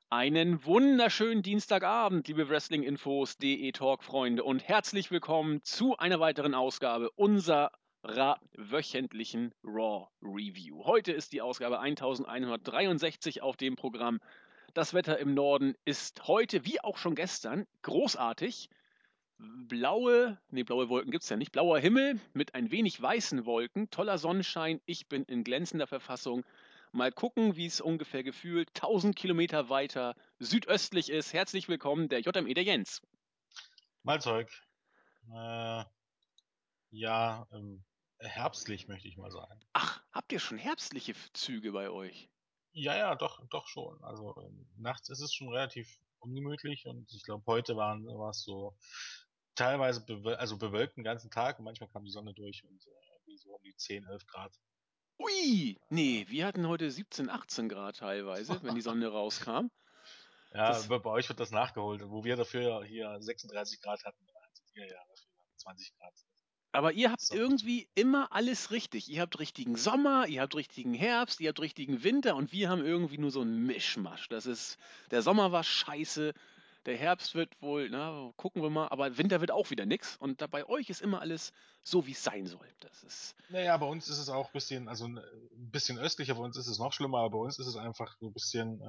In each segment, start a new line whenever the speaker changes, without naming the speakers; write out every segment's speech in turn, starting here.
Einen wunderschönen Dienstagabend, liebe Wrestling-Infos.de Talk-Freunde und herzlich willkommen zu einer weiteren Ausgabe unserer wöchentlichen Raw Review. Heute ist die Ausgabe 1163 auf dem Programm. Das Wetter im Norden ist heute, wie auch schon gestern, großartig. Blaue Wolken gibt es ja nicht. Blauer Himmel mit ein wenig weißen Wolken, toller Sonnenschein. Ich bin in glänzender Verfassung. Mal gucken, wie es ungefähr gefühlt 1000 Kilometer weiter südöstlich ist. Herzlich willkommen, der JME, der Jens.
Mahlzeug. Äh, ja, herbstlich möchte ich mal sagen.
Ach, habt ihr schon herbstliche Züge bei euch?
Ja, doch schon. Also nachts ist es schon relativ ungemütlich und ich glaube, heute war es so teilweise bewölkt den ganzen Tag und manchmal kam die Sonne durch und irgendwie so um die 10, 11 Grad.
Ui, nee, wir hatten heute 17, 18 Grad teilweise, wenn die Sonne rauskam.
Ja,
Das
bei euch wird das nachgeholt. Wo wir dafür hier 36 Grad hatten, hattet ihr ja dafür 20 Grad.
Aber ihr
Das
habt
ist auch nicht so.
irgendwie immer alles richtig. Ihr habt richtigen Sommer, ihr habt richtigen Herbst, ihr habt richtigen Winter und wir haben irgendwie nur so einen Mischmasch. Der Sommer war scheiße, der Herbst wird wohl, na, gucken wir mal, aber Winter wird auch wieder nix. Und da bei euch ist immer alles so, wie es sein soll. Das ist,
Naja, bei uns ist es auch ein bisschen, also ein bisschen östlicher, bei uns ist es noch schlimmer, aber bei uns ist es einfach so ein bisschen,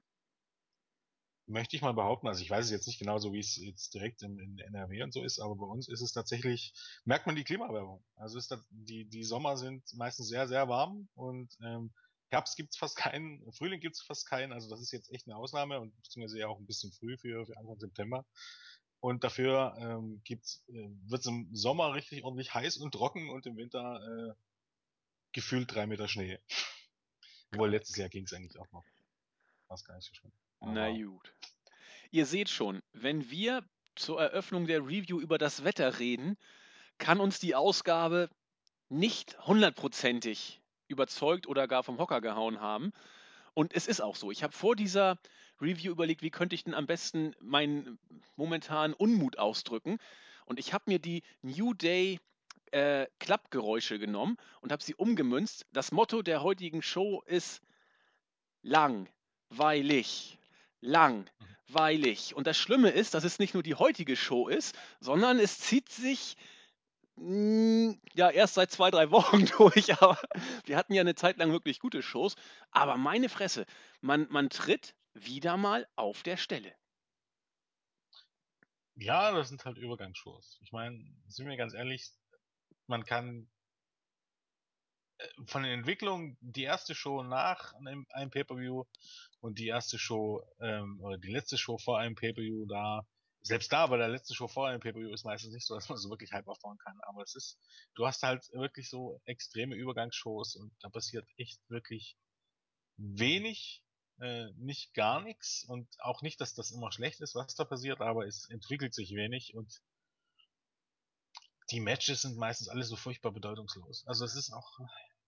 möchte ich mal behaupten, also ich weiß es jetzt nicht genau so, wie es jetzt direkt in NRW und so ist, aber bei uns ist es tatsächlich, merkt man die Klimaerwärmung. Also die Sommer sind meistens sehr, sehr warm und Herbst gibt's fast keinen, Frühling gibt's fast keinen, also das ist jetzt echt eine Ausnahme und beziehungsweise ja auch ein bisschen früh für Anfang September. Und dafür wird's im Sommer richtig ordentlich heiß und trocken und im Winter gefühlt 3 Meter Schnee. Obwohl
geil.
letztes Jahr ging's eigentlich auch noch. War es gar nicht so schlimm.
Na
Aber
gut. Ihr seht schon, wenn wir zur Eröffnung der Review über das Wetter reden, kann uns die Ausgabe nicht hundertprozentig überzeugt oder gar vom Hocker gehauen haben. Und es ist auch so. Ich habe vor dieser Review überlegt, wie könnte ich denn am besten meinen momentanen Unmut ausdrücken. Und ich habe mir die New Day Klappgeräusche genommen und habe sie umgemünzt. Das Motto der heutigen Show ist langweilig. Langweilig. Und das Schlimme ist, dass es nicht nur die heutige Show ist, sondern es zieht sich ja, erst seit 2, 3 Wochen durch, aber wir hatten ja eine Zeit lang wirklich gute Shows. Aber meine Fresse, man tritt wieder mal auf der Stelle.
ja, das sind halt Übergangsshows. Ich meine, sind wir ganz ehrlich, man kann von den Entwicklungen die erste Show nach einem Pay-Per-View und die erste Show oder die letzte Show vor einem Pay-Per-View selbst da, bei der letzten Show vor einem Pay-Per-View ist meistens nicht so, dass man so wirklich Hype aufbauen kann. Aber du hast halt wirklich so extreme Übergangsshows und da passiert echt wirklich wenig, nicht gar nichts und auch nicht, dass das immer schlecht ist, was da passiert, aber es entwickelt sich wenig und die Matches sind meistens alle so furchtbar bedeutungslos. Also es ist auch,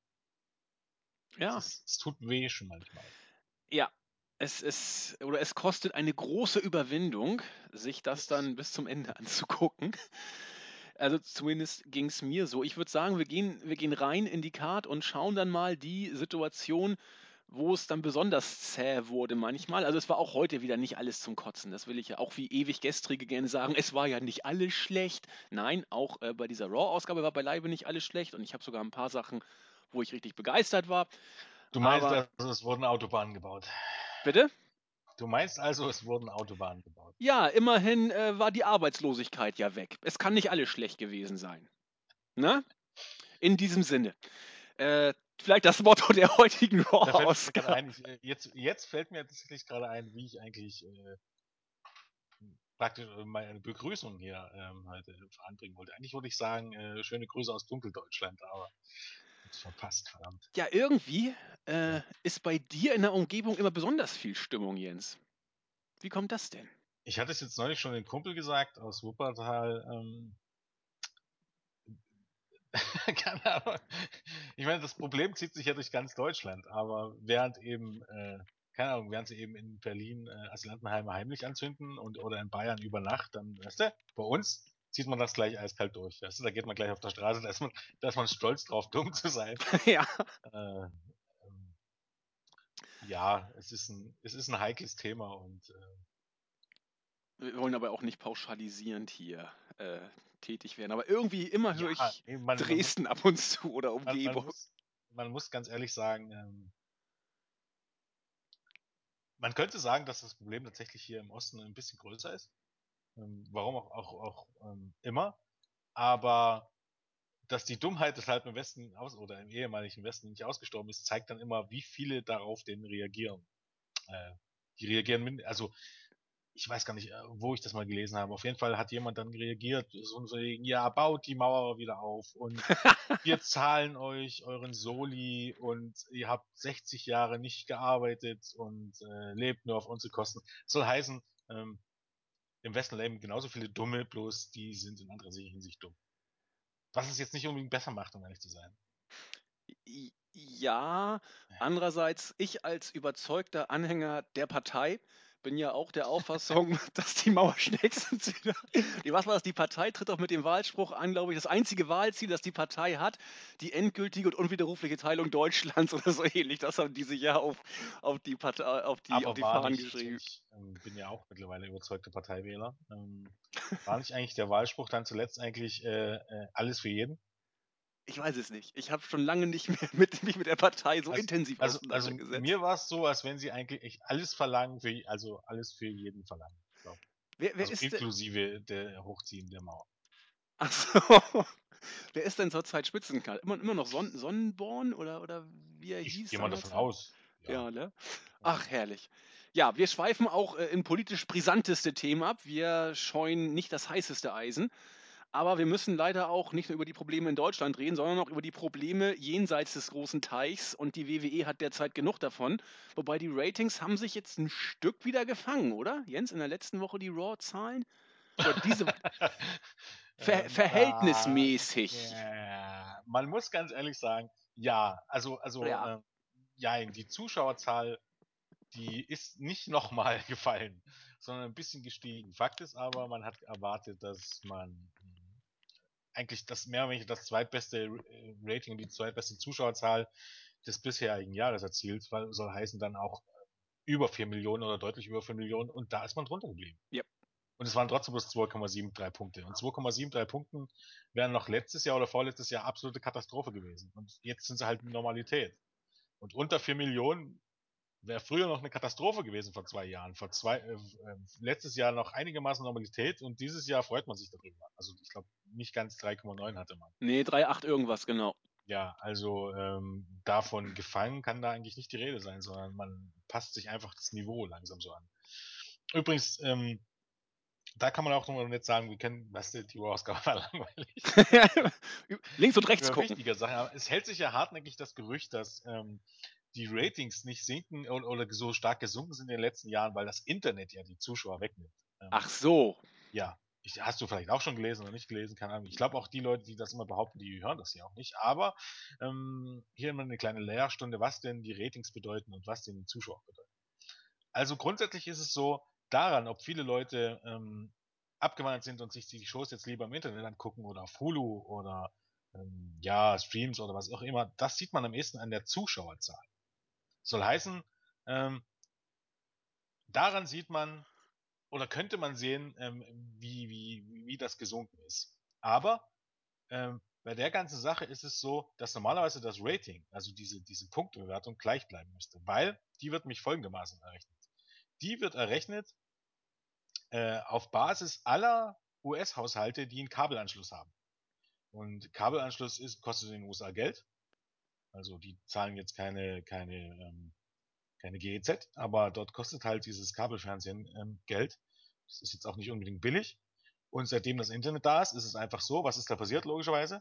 Ja,
es tut weh schon manchmal.
ja. Es kostet eine große Überwindung, sich das dann bis zum Ende anzugucken. Also zumindest ging es mir so. Ich würde sagen, wir gehen rein in die Card und schauen dann mal die Situation, wo es dann besonders zäh wurde manchmal. Also es war auch heute wieder nicht alles zum Kotzen. Das will ich ja auch wie ewig gestrige gerne sagen. Es war ja nicht alles schlecht. Nein, auch bei dieser Raw-Ausgabe war beileibe nicht alles schlecht. Und ich habe sogar ein paar Sachen, wo ich richtig begeistert war.
Du meinst
Aber
also, es wurden Autobahnen gebaut.
bitte?
Du meinst also, es wurden Autobahnen gebaut.
Ja, immerhin war die Arbeitslosigkeit ja weg. Es kann nicht alles schlecht gewesen sein. Ne? In diesem Sinne. Vielleicht das Motto der heutigen
Da fällt mir gerade
Raw-Ausgabe.
ein, jetzt fällt mir tatsächlich gerade ein, wie ich eigentlich praktisch meine Begrüßung hier heute voranbringen wollte. Eigentlich wollte ich sagen, schöne Grüße aus Dunkeldeutschland, aber hab's verpasst, verdammt.
Ja, irgendwie ist bei dir in der Umgebung immer besonders viel Stimmung, Jens. Wie kommt das denn?
Ich hatte es jetzt neulich schon dem Kumpel gesagt aus Wuppertal, keine Ahnung. Ich meine, das Problem zieht sich ja durch ganz Deutschland, aber keine Ahnung, während sie eben in Berlin Asylantenheime heimlich anzünden und oder in Bayern über Nacht, dann, weißt du, bei uns zieht man das gleich eiskalt durch. Weißt du, da geht man gleich auf der Straße, da ist man stolz drauf, dumm zu sein.
Ja,
Äh, ähm, Ja, es ist ein heikles Thema und
Wir wollen aber auch nicht pauschalisierend hier tätig werden. Aber irgendwie immer höre
ja,
ich
nee,
Dresden ab und zu oder
man
Umgebung.
muss, man muss ganz ehrlich sagen, man könnte sagen, dass das Problem tatsächlich hier im Osten ein bisschen größer ist. Warum auch immer. Aber dass die Dummheit deshalb im Westen aus oder im ehemaligen Westen nicht ausgestorben ist, zeigt dann immer, wie viele darauf denn reagieren. Die reagieren, also ich weiß gar nicht, wo ich das mal gelesen habe. Auf jeden Fall hat jemand dann reagiert, so und so, ja, baut die Mauer wieder auf und wir zahlen euch euren Soli und ihr habt 60 Jahre nicht gearbeitet und lebt nur auf unsere Kosten. Soll heißen, ähm, im Westen leben genauso viele Dumme, bloß die sind in anderer Hinsicht dumm. Was es jetzt nicht unbedingt besser macht, um ehrlich zu sein.
Ja, andererseits, ich als überzeugter Anhänger der Partei bin ja auch der Auffassung, dass die Mauer schnellstens wieder. Was war das? Die Partei tritt auch mit dem Wahlspruch an, glaube ich, das einzige Wahlziel, das die Partei hat, die endgültige und unwiderrufliche Teilung Deutschlands oder so ähnlich. Das haben die sich ja auf die Partei, auf
Aber
die
war
Fahnen
nicht, also
geschrieben.
ich bin ja auch mittlerweile überzeugter Parteiwähler, war nicht eigentlich der Wahlspruch dann zuletzt eigentlich alles für jeden?
Ich weiß es nicht. Ich habe schon lange nicht mehr mich mit der Partei so intensiv
Also
auseinandergesetzt.
mir war es so, als wenn sie eigentlich echt alles verlangen, also alles für jeden verlangen. So.
Wer
Also
ist denn.
inklusive der Hochziehen der Mauer.
Ach so. Wer ist denn zurzeit Spitzenkandidat? Immer noch Sonnenborn oder wie er
Ich
hieß
gehe mal davon
seinerzeit?
aus. Ja.
Ja, ne? Ach,
Ähm,
herrlich. Ja, wir schweifen auch in politisch brisanteste Themen ab. Wir scheuen nicht das heißeste Eisen. Aber wir müssen leider auch nicht nur über die Probleme in Deutschland reden, sondern auch über die Probleme jenseits des großen Teichs. Und die WWE hat derzeit genug davon. Wobei die Ratings haben sich jetzt ein Stück wieder gefangen, oder? Jens, in der letzten Woche die Raw-Zahlen? Oder diese
Da,
verhältnismäßig.
man muss ganz ehrlich sagen, ja,
Ja.
ja, die Zuschauerzahl, die ist nicht nochmal gefallen, sondern ein bisschen gestiegen. Fakt ist aber, man hat erwartet, dass man eigentlich das mehr oder weniger das zweitbeste Rating und die zweitbeste Zuschauerzahl des bisherigen Jahres erzielt, weil soll heißen dann auch über 4 Millionen oder deutlich über 4 Millionen und da ist man drunter geblieben.
Ja.
Und es waren trotzdem bloß 2,73 Punkte. Und 2,73 Punkten wären noch letztes Jahr oder vorletztes Jahr absolute Katastrophe gewesen. Und jetzt sind sie halt Normalität. Und unter 4 Millionen wäre früher noch eine Katastrophe gewesen vor 2 Jahren. Letztes Jahr noch einigermaßen Normalität und dieses Jahr freut man sich darüber. Also ich glaube, nicht ganz 3,9 hatte man.
Nee, 3,8 irgendwas, genau.
Ja, also davon gefangen kann da eigentlich nicht die Rede sein, sondern man passt sich einfach das Niveau langsam so an. Übrigens, da kann man auch nochmal nett sagen, wir kennen, weißt du, die Ausgabe war langweilig.
Links und rechts
Über
gucken.
wichtige Sachen. Aber es hält sich ja hartnäckig das Gerücht, dass die Ratings nicht sinken oder so stark gesunken sind in den letzten Jahren, weil das Internet ja die Zuschauer wegnimmt.
Ach so.
Ja, hast du vielleicht auch schon gelesen oder nicht gelesen, keine Ahnung. Ich glaube auch die Leute, die das immer behaupten, die hören das ja auch nicht. Aber hier immer eine kleine Lehrstunde, was denn die Ratings bedeuten und was denn die Zuschauer bedeuten. Also grundsätzlich ist es so, daran, ob viele Leute abgewandert sind und sich die Shows jetzt lieber im Internet angucken oder auf Hulu oder ja, Streams oder was auch immer, das sieht man am ehesten an der Zuschauerzahl. Soll heißen, ähm, daran sieht man oder könnte man sehen, wie das gesunken ist. Aber bei der ganzen Sache ist es so, dass normalerweise das Rating, also diese Punktebewertung, gleich bleiben müsste, weil die wird mich folgendermaßen errechnet. Die wird errechnet auf Basis aller US-Haushalte, die einen Kabelanschluss haben. Und Kabelanschluss kostet in den USA Geld. Also die zahlen jetzt keine GEZ, aber dort kostet halt dieses Kabelfernsehen Geld. Das ist jetzt auch nicht unbedingt billig. Und seitdem das Internet da ist, ist es einfach so. Was ist da passiert, logischerweise?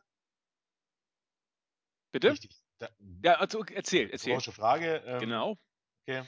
Bitte?
Richtig.
Ja, also
Eine
erzähl.
rhetorische Frage.
Genau.
Okay.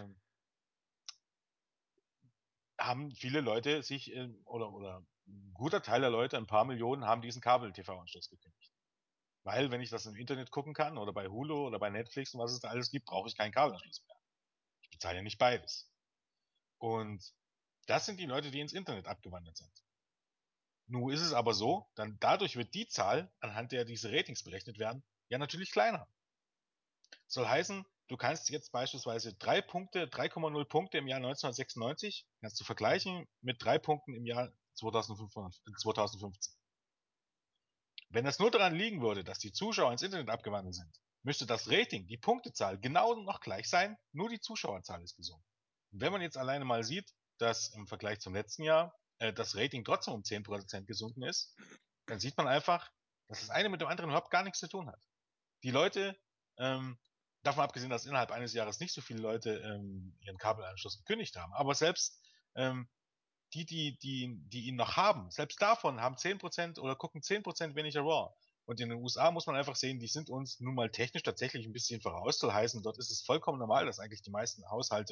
Haben viele Leute sich, oder ein guter Teil der Leute, ein paar Millionen, haben diesen Kabel-TV-Anschluss gekündigt. Weil, wenn ich das im Internet gucken kann oder bei Hulu oder bei Netflix und was es da alles gibt, brauche ich keinen Kabelanschluss mehr. Ich bezahle ja nicht beides. Und das sind die Leute, die ins Internet abgewandert sind. Nun ist es aber so, dann dadurch wird die Zahl, anhand der diese Ratings berechnet werden, ja natürlich kleiner. Soll heißen, du kannst jetzt beispielsweise 3,0 Punkte im Jahr 1996, kannst du vergleichen mit 3 Punkten im Jahr 2015. Wenn es nur daran liegen würde, dass die Zuschauer ins Internet abgewandert sind, müsste das Rating, die Punktezahl, genau noch gleich sein, nur die Zuschauerzahl ist gesunken. Und wenn man jetzt alleine mal sieht, dass im Vergleich zum letzten Jahr das Rating trotzdem um 10% gesunken ist, dann sieht man einfach, dass das eine mit dem anderen überhaupt gar nichts zu tun hat. Die Leute, ähm, davon abgesehen, dass innerhalb eines Jahres nicht so viele Leute ihren Kabelanschluss gekündigt haben, aber selbst ähm, die ihn noch haben, selbst davon haben 10% oder gucken 10% weniger Raw. Und in den USA muss man einfach sehen, die sind uns nun mal technisch tatsächlich ein bisschen voraus zu heißen. Dort ist es vollkommen normal, dass eigentlich die meisten Haushalte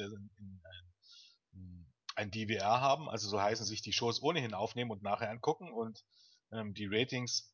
ein DVR haben, also so heißen sich die Shows ohnehin aufnehmen und nachher angucken und die Ratings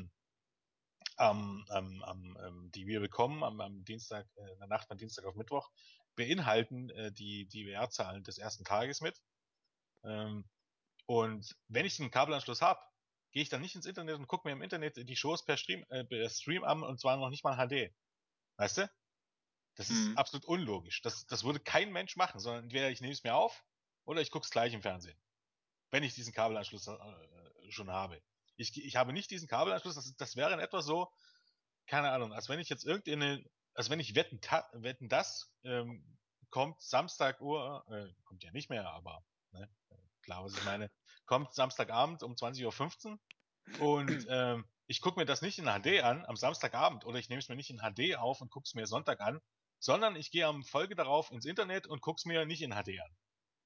die wir bekommen am Dienstag, in der Nacht von Dienstag auf Mittwoch, beinhalten die DVR-Zahlen des ersten Tages mit. Ähm, und wenn ich einen Kabelanschluss habe, gehe ich dann nicht ins Internet und gucke mir im Internet die Shows per Stream an und zwar noch nicht mal HD. Weißt du? Das ist
Hm.
absolut unlogisch. Das würde kein Mensch machen, sondern entweder ich nehme es mir auf oder ich gucke es gleich im Fernsehen, wenn ich diesen Kabelanschluss schon habe. Ich habe nicht diesen Kabelanschluss, das wäre in etwa so, keine Ahnung, als wenn ich jetzt irgendeine, als wenn ich Wetten das kommt Samstag kommt ja nicht mehr, aber ne, klar, was ich meine, kommt Samstagabend um 20:15 Uhr und ich gucke mir das nicht in HD an am Samstagabend oder ich nehme es mir nicht in HD auf und gucke es mir Sonntag an, sondern ich gehe am Folge darauf ins Internet und gucke es mir nicht in HD an.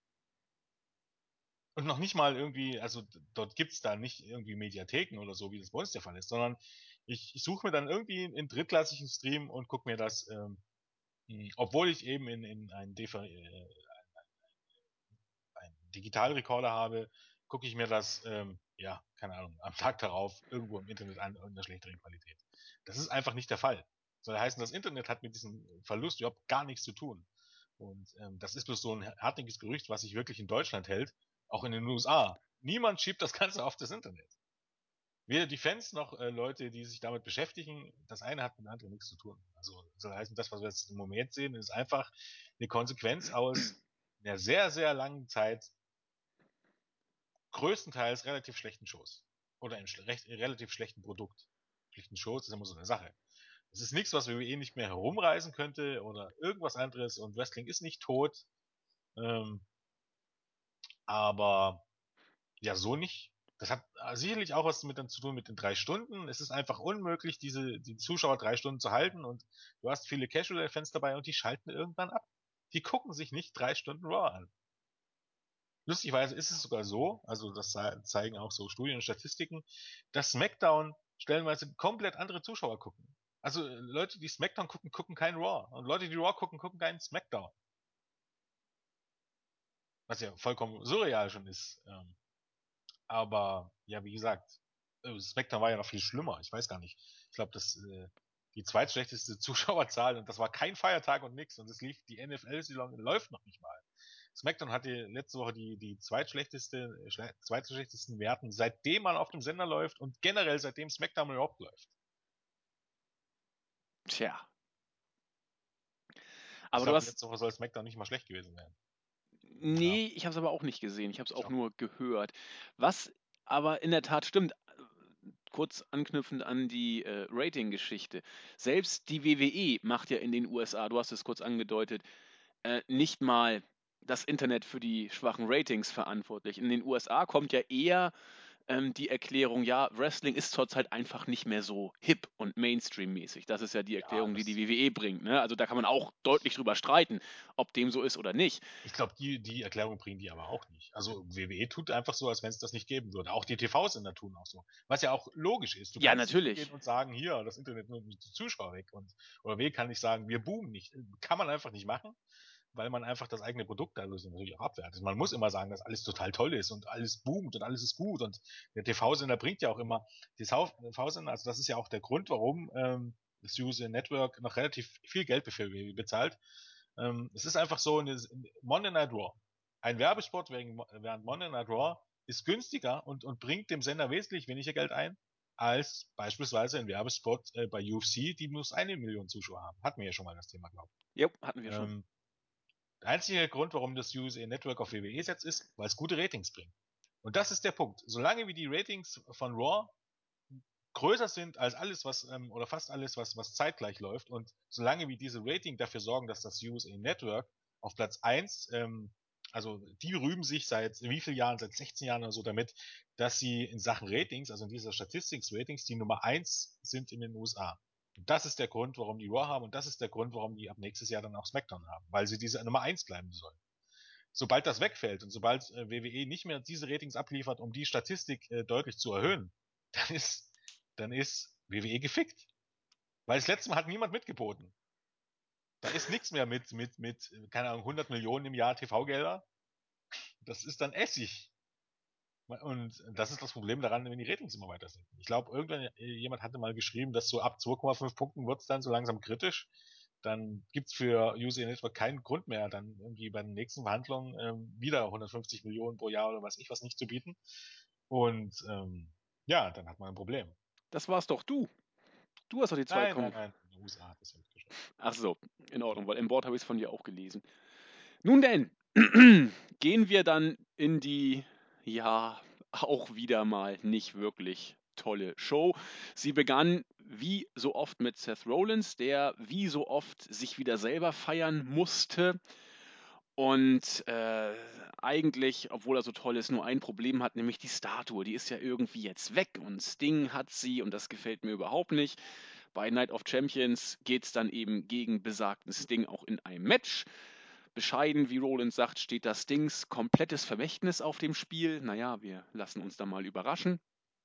Und noch nicht mal irgendwie, also dort gibt's da nicht irgendwie Mediatheken oder so, wie das bei uns der Fall ist, sondern ich suche mir dann irgendwie einen drittklassigen Stream und gucke mir das, obwohl ich eben in einen Digitalrekorder habe, gucke ich mir das, ja, keine Ahnung, am Tag darauf irgendwo im Internet an, in einer schlechteren Qualität. Das ist einfach nicht der Fall. Soll heißen, das Internet hat mit diesem Verlust überhaupt gar nichts zu tun. Und das ist bloß so ein hartnäckiges Gerücht, was sich wirklich in Deutschland hält, auch in den USA. Niemand schiebt das Ganze auf das Internet. Weder die Fans noch Leute, die sich damit beschäftigen. Das eine hat mit dem anderen nichts zu tun. Also soll heißen, das, was wir jetzt im Moment sehen, ist einfach eine Konsequenz aus einer sehr, sehr langen Zeit größtenteils relativ schlechten Shows. Oder einem relativ schlechten Produkt. Schlechten Shows ist immer so eine Sache. Es ist nichts, was WWE nicht mehr herumreißen könnte oder irgendwas anderes und Wrestling ist nicht tot. Ähm, aber ja, so nicht. Das hat sicherlich auch was damit dann zu tun mit den 3 Stunden. Es ist einfach unmöglich, die Zuschauer 3 Stunden zu halten und du hast viele Casual-Fans dabei und die schalten irgendwann ab. Die gucken sich nicht 3 Stunden Raw an. Lustigerweise ist es sogar so, also das zeigen auch so Studien und Statistiken, dass SmackDown stellenweise komplett andere Zuschauer gucken. Also Leute, die SmackDown gucken, gucken kein Raw. Und Leute, die Raw gucken, gucken keinen SmackDown. Was ja vollkommen surreal schon ist. Aber ja, wie gesagt, SmackDown war ja noch viel schlimmer. Ich weiß gar nicht. Ich glaube, die zweitschlechteste Zuschauerzahl und das war kein Feiertag und nix. Und es lief, die NFL-Saison läuft noch nicht mal. SmackDown hatte letzte Woche die zweitschlechtesten Werten, seitdem man auf dem Sender läuft und generell seitdem SmackDown überhaupt läuft.
Tja.
Ich
Aber du
glaube,
hast.
letzte Woche soll SmackDown nicht mal schlecht gewesen sein. Ja,
Nee, ich habe es aber auch nicht gesehen. Ich habe es
ich
auch
auch.
nur gehört. Was aber in der Tat stimmt, kurz anknüpfend an die Rating-Geschichte. Selbst die WWE macht ja in den USA, du hast es kurz angedeutet, nicht mal das Internet für die schwachen Ratings verantwortlich. In den USA kommt ja eher die Erklärung, ja, Wrestling ist zurzeit einfach nicht mehr so hip und Mainstream-mäßig. Das ist ja die
Ja,
Erklärung, die die
das.
WWE bringt. Ne? Also da kann man auch deutlich drüber streiten, ob dem so ist oder nicht.
Ich glaube, die Erklärung bringen die aber auch nicht. Also WWE tut einfach so, als wenn es das nicht geben würde. Auch die TV-Sender tun auch so. Was ja auch logisch ist. Du
Ja,
kannst nicht hingehen
natürlich.
und sagen, hier, das Internet nimmt die Zuschauer weg. Oder WWE kann nicht sagen, wir boomen nicht. Kann man einfach nicht machen, weil man einfach das eigene Produkt dadurch natürlich auch abwertet. Man muss immer sagen, dass alles total toll ist und alles boomt und alles ist gut. Und der TV-Sender bringt ja auch immer, die TV-Sender, also das ist ja auch der Grund, warum das User Network noch relativ viel Geld für WWE bezahlt. Es ist einfach so, in Monday Night Raw. Ein Werbespot während Monday Night Raw ist günstiger und bringt dem Sender wesentlich weniger Geld ein, als beispielsweise ein Werbespot bei UFC, die bloß 1 Million Zuschauer haben. Hatten wir ja schon mal das Thema, glaube
Jo, hatten
ich.
wir schon.
Der einzige Grund, warum das USA Network auf WWE setzt, ist, weil es gute Ratings bringt. Und das ist der Punkt. Solange wie die Ratings von Raw größer sind als alles, was, oder fast alles, was zeitgleich läuft, und solange wie diese Rating dafür sorgen, dass das USA Network auf Platz 1, also die rühmen sich seit wie vielen Jahren, seit 16 Jahren oder so damit, dass sie in Sachen Ratings, also in dieser Statistics-Ratings, die Nummer 1 sind in den USA. Und das ist der Grund, warum die Raw haben, und das ist der Grund, warum die ab nächstes Jahr dann auch SmackDown haben, weil sie diese Nummer 1 bleiben sollen. Sobald das wegfällt und sobald WWE nicht mehr diese Ratings abliefert, um die Statistik deutlich zu erhöhen, dann ist, dann ist WWE gefickt. Weil das letzte Mal hat niemand mitgeboten. Da ist nichts mehr mit, keine Ahnung, 100 Millionen im Jahr TV-Gelder. Das ist dann Essig. Und das ist das Problem daran, wenn die Ratings immer weiter sinken. Ich glaube, irgendwann jemand hatte mal geschrieben, dass so ab 2,5 Punkten wird es dann so langsam kritisch. Dann gibt es für USA Network keinen Grund mehr, dann irgendwie bei den nächsten Verhandlungen wieder 150 Millionen pro Jahr oder was ich was nicht zu bieten. Und ja, dann hat man ein Problem.
Das war's doch du. Du hast doch die zwei
Nein, nein,
Komma.
nein, in den USA hat das ja mitgeschrieben.
Ach so, in Ordnung, weil im Board habe ich es von dir auch gelesen. Nun denn, gehen wir dann in die, ja, auch wieder mal nicht wirklich tolle Show. Sie begann wie so oft mit Seth Rollins, der wie so oft sich wieder selber feiern musste und eigentlich, obwohl er so toll ist, nur ein Problem hat, nämlich die Statue. Die ist ja irgendwie jetzt weg und Sting hat sie und das gefällt mir überhaupt nicht. Bei Night of Champions geht es dann eben gegen besagten Sting auch in einem Match. Bescheiden, wie Rollins sagt, steht da Stings komplettes Vermächtnis auf dem Spiel. Naja, wir lassen uns da mal überraschen.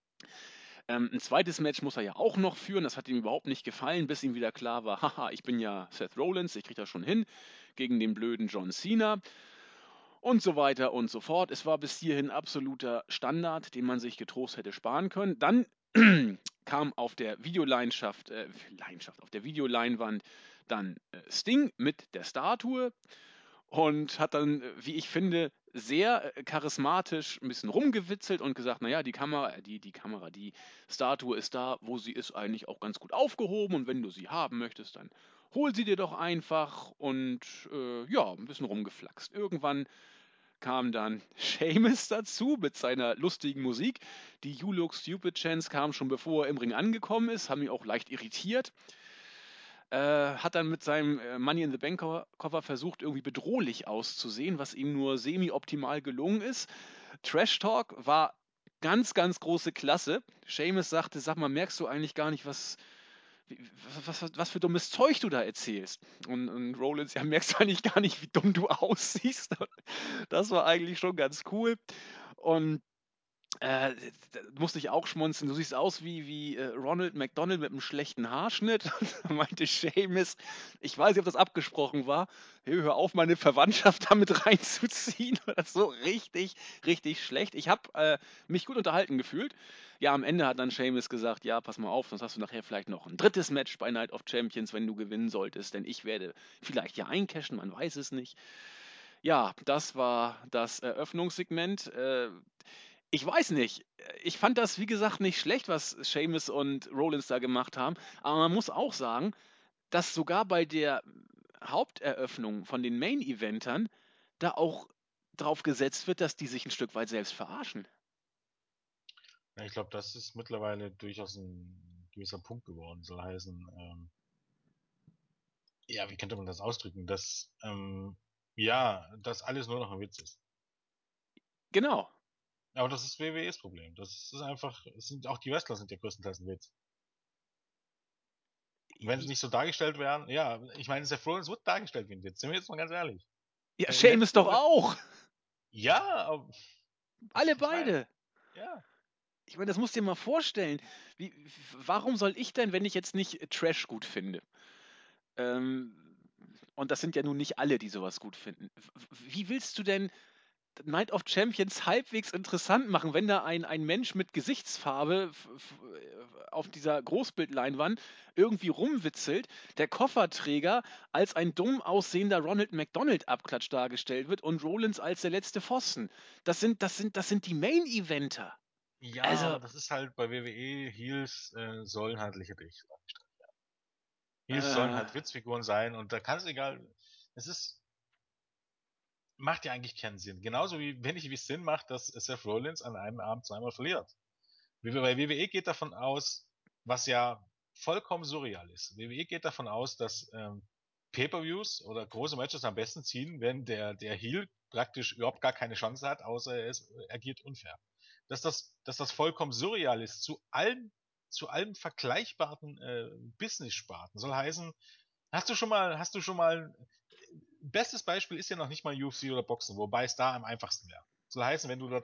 Ein zweites Match muss er ja auch noch führen. Das hat ihm überhaupt nicht gefallen, bis ihm wieder klar war, haha, ich bin ja Seth Rollins, ich kriege das schon hin gegen den blöden John Cena und so weiter und so fort. Es war bis hierhin absoluter Standard, den man sich getrost hätte sparen können. Dann kam auf der auf der Videoleinwand dann Sting mit der Statue und hat dann, wie ich finde, sehr charismatisch ein bisschen rumgewitzelt und gesagt, naja, die Statue ist da, wo sie ist, eigentlich auch ganz gut aufgehoben und wenn du sie haben möchtest, dann hol sie dir doch einfach und ja, ein bisschen rumgeflaxt. Irgendwann kam dann Seamus dazu mit seiner lustigen Musik. Die You Look Stupid Chants kamen schon bevor er im Ring angekommen ist, haben ihn auch leicht irritiert. Hat dann mit seinem Money in the Bank Cover versucht, irgendwie bedrohlich auszusehen, was ihm nur semi-optimal gelungen ist. Trash Talk war ganz, ganz große Klasse. Seamus sagte, sag mal, merkst du eigentlich gar nicht, was für dummes Zeug du da erzählst? Und Rollins, ja, merkst du eigentlich gar nicht, wie dumm du aussiehst? Das war eigentlich schon ganz cool. Und da musste ich auch schmunzeln. Du siehst aus wie Ronald McDonald mit einem schlechten Haarschnitt. Da meinte Seamus, ich weiß nicht, ob das abgesprochen war. Hey, hör auf, meine Verwandtschaft damit reinzuziehen. Das ist so richtig, richtig schlecht. Ich habe mich gut unterhalten gefühlt. Ja, am Ende hat dann Seamus gesagt, ja, pass mal auf, sonst hast du nachher vielleicht noch ein drittes Match bei Night of Champions, wenn du gewinnen solltest. Denn ich werde vielleicht ja eincashen, man weiß es nicht. Ja, das war das Eröffnungssegment. Ich weiß nicht. Ich fand das, wie gesagt, nicht schlecht, was Sheamus und Rollins da gemacht haben. Aber man muss auch sagen, dass sogar bei der Haupteröffnung von den Main-Eventern da auch drauf gesetzt wird, dass die sich ein Stück weit selbst verarschen.
Ja, ich glaube, das ist mittlerweile durchaus ein gewisser Punkt geworden. Soll heißen, ja, wie könnte man das ausdrücken, dass, ja, das alles nur noch ein Witz ist.
Genau.
Aber das ist WWEs Problem. Das ist einfach, es sind, auch die Wrestler sind ja größtenteils ein Witz. Und wenn sie nicht so dargestellt werden, ja, ich meine, Seth Rollins wird dargestellt wie ein Witz, sind wir jetzt mal ganz ehrlich.
Ja,
Im
Sheamus
letzten,
doch auch.
ja, aber,
Alle
ich meine,
beide.
ja.
Ich meine, das musst du dir mal vorstellen. Warum soll ich denn, wenn ich jetzt nicht Trash gut finde? Ähm, und das sind ja nun nicht alle, die sowas gut finden. Wie willst du denn Night of Champions halbwegs interessant machen, wenn da ein Mensch mit Gesichtsfarbe auf dieser Großbildleinwand irgendwie rumwitzelt, der Kofferträger als ein dumm aussehender Ronald McDonald Abklatsch dargestellt wird und Rollins als der letzte Pfosten. Das sind die Main-Eventer.
Ja,
Also,
aber das ist halt bei WWE, Heels sollen halt lächerlich sein. Heels sollen
äh,
halt Witzfiguren sein und da kann es egal, es ist, macht ja eigentlich keinen Sinn. Genauso wie wenig wie es Sinn macht, dass Seth Rollins an einem Abend zweimal verliert. Bei WWE geht davon aus, was ja vollkommen surreal ist. WWE geht davon aus, dass Pay-per-Views oder große Matches am besten ziehen, wenn der Heel praktisch überhaupt gar keine Chance hat, außer er agiert unfair. Dass das vollkommen surreal ist zu allem vergleichbaren Business-Sparten. Soll heißen, hast du schon mal, bestes Beispiel ist ja noch nicht mal UFC oder Boxen, wobei es da am einfachsten wäre. Soll heißen, wenn du dort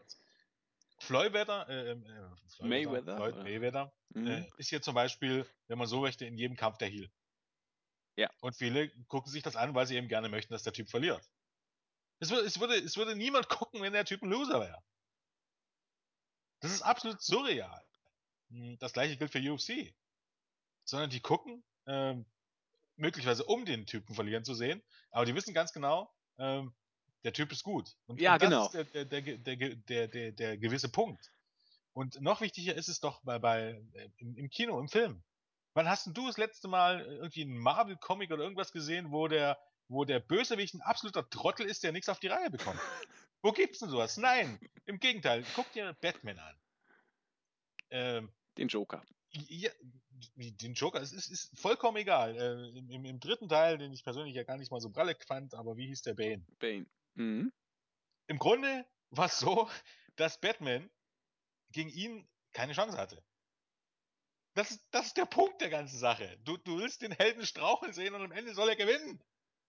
Mayweather,
Floyd
oder?
Mayweather,
Mhm.
ist hier zum Beispiel, wenn man so möchte, in jedem Kampf der Heel.
Ja.
Und viele gucken sich das an, weil sie eben gerne möchten, dass der Typ verliert. Es würde niemand gucken, wenn der Typ ein Loser wäre. Das ist absolut surreal. Das gleiche gilt für UFC. Sondern die gucken, möglicherweise um den Typen verlieren zu sehen, aber die wissen ganz genau, der Typ ist gut. Und,
Ja,
und das
genau.
ist der gewisse Punkt. Und noch wichtiger ist es doch im Kino, im Film. Wann hast denn du das letzte Mal irgendwie einen Marvel-Comic oder irgendwas gesehen, wo der Bösewicht ein absoluter Trottel ist, der nichts auf die Reihe bekommt? Wo gibt's denn sowas? Nein, im Gegenteil. Guck dir Batman an. Ähm,
Den Joker.
ja, den Joker, es ist vollkommen egal. Im dritten Teil, den ich persönlich ja gar nicht mal so pralle fand, aber wie hieß der Bane?
Bane. Mhm.
Im Grunde war es so, dass Batman gegen ihn keine Chance hatte. Das ist der Punkt der ganzen Sache. Du willst den Helden straucheln sehen und am Ende soll er gewinnen.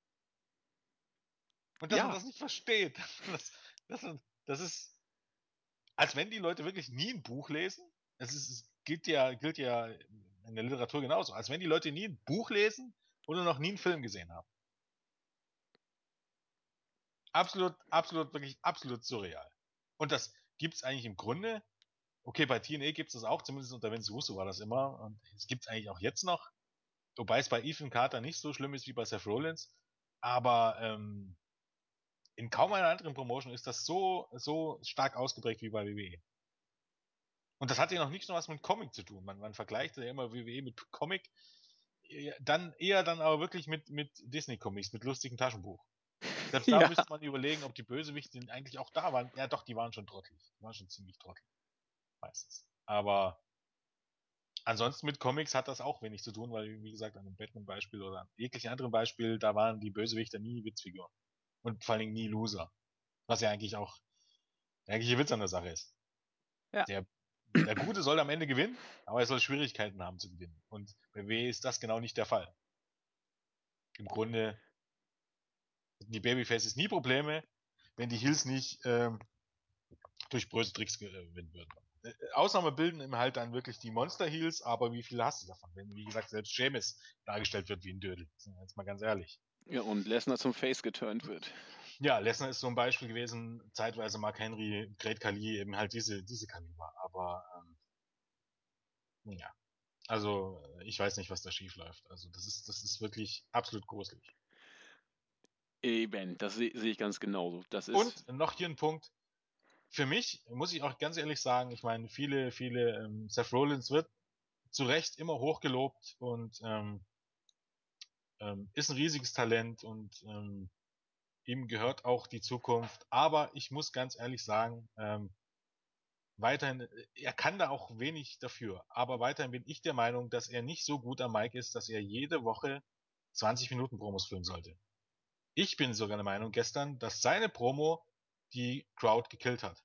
Und dass man
Ja,
das nicht versteht, das, das ist, als wenn die Leute wirklich nie ein Buch lesen. Es gilt ja in der Literatur genauso. Als wenn die Leute nie ein Buch lesen oder noch nie einen Film gesehen haben. Absolut, absolut, wirklich absolut surreal. Und das gibt's eigentlich im Grunde. Okay, bei TNA gibt's das auch, zumindest unter Vince Russo war das immer. Und es gibt's eigentlich auch jetzt noch. Wobei es bei Ethan Carter nicht so schlimm ist wie bei Seth Rollins. Aber in kaum einer anderen Promotion ist das so stark ausgeprägt wie bei WWE. Und das hat ja noch nichts noch was mit Comic zu tun. Man vergleicht ja immer WWE mit Comic, dann eher dann aber wirklich mit Disney-Comics, mit lustigem Taschenbuch. Selbst da
ja.
müsste man überlegen, ob die Bösewichte eigentlich auch da waren. Ja, doch, die waren schon trottelig. Die waren schon ziemlich trottelig, meistens. Aber ansonsten mit Comics hat das auch wenig zu tun, weil, wie gesagt, an einem Batman-Beispiel oder an jeglichen anderen Beispiel, da waren die Bösewichter nie Witzfiguren. Und vor allen Dingen nie Loser. Was ja eigentlich auch der eigentliche Witz an der Sache ist.
Ja.
Der, der Gute soll am Ende gewinnen, aber er soll Schwierigkeiten haben zu gewinnen. Und bei W ist das genau nicht der Fall. Im Grunde hatten die Babyfaces nie Probleme, wenn die Heels nicht durch böse Tricks gewinnen würden. Ausnahme bilden eben halt dann wirklich die Monster Heels, aber wie viele hast du davon? Wenn, wie gesagt, selbst Sheamus dargestellt wird wie ein Dödel. Sind wir jetzt mal ganz ehrlich.
Ja, und Lesnar zum Face geturnt wird.
Ja, Lesnar ist so ein Beispiel gewesen, zeitweise Mark Henry, Great Khali, eben halt diese Kaliber. Aber ja, also ich weiß nicht, was da schief läuft. Also das ist wirklich absolut gruselig.
Eben, das sehe ich ganz genauso. Das ist,
Und noch hier ein Punkt. Für mich muss ich auch ganz ehrlich sagen, ich meine, viele, Seth Rollins wird zu Recht immer hochgelobt und ist ein riesiges Talent und ihm gehört auch die Zukunft. Aber ich muss ganz ehrlich sagen, weiterhin, er kann da auch wenig dafür. Aber weiterhin bin ich der Meinung, dass er nicht so gut am Mic ist, dass er jede Woche 20 Minuten Promos filmen sollte. Ich bin sogar der Meinung gestern, dass seine Promo die Crowd gekillt hat.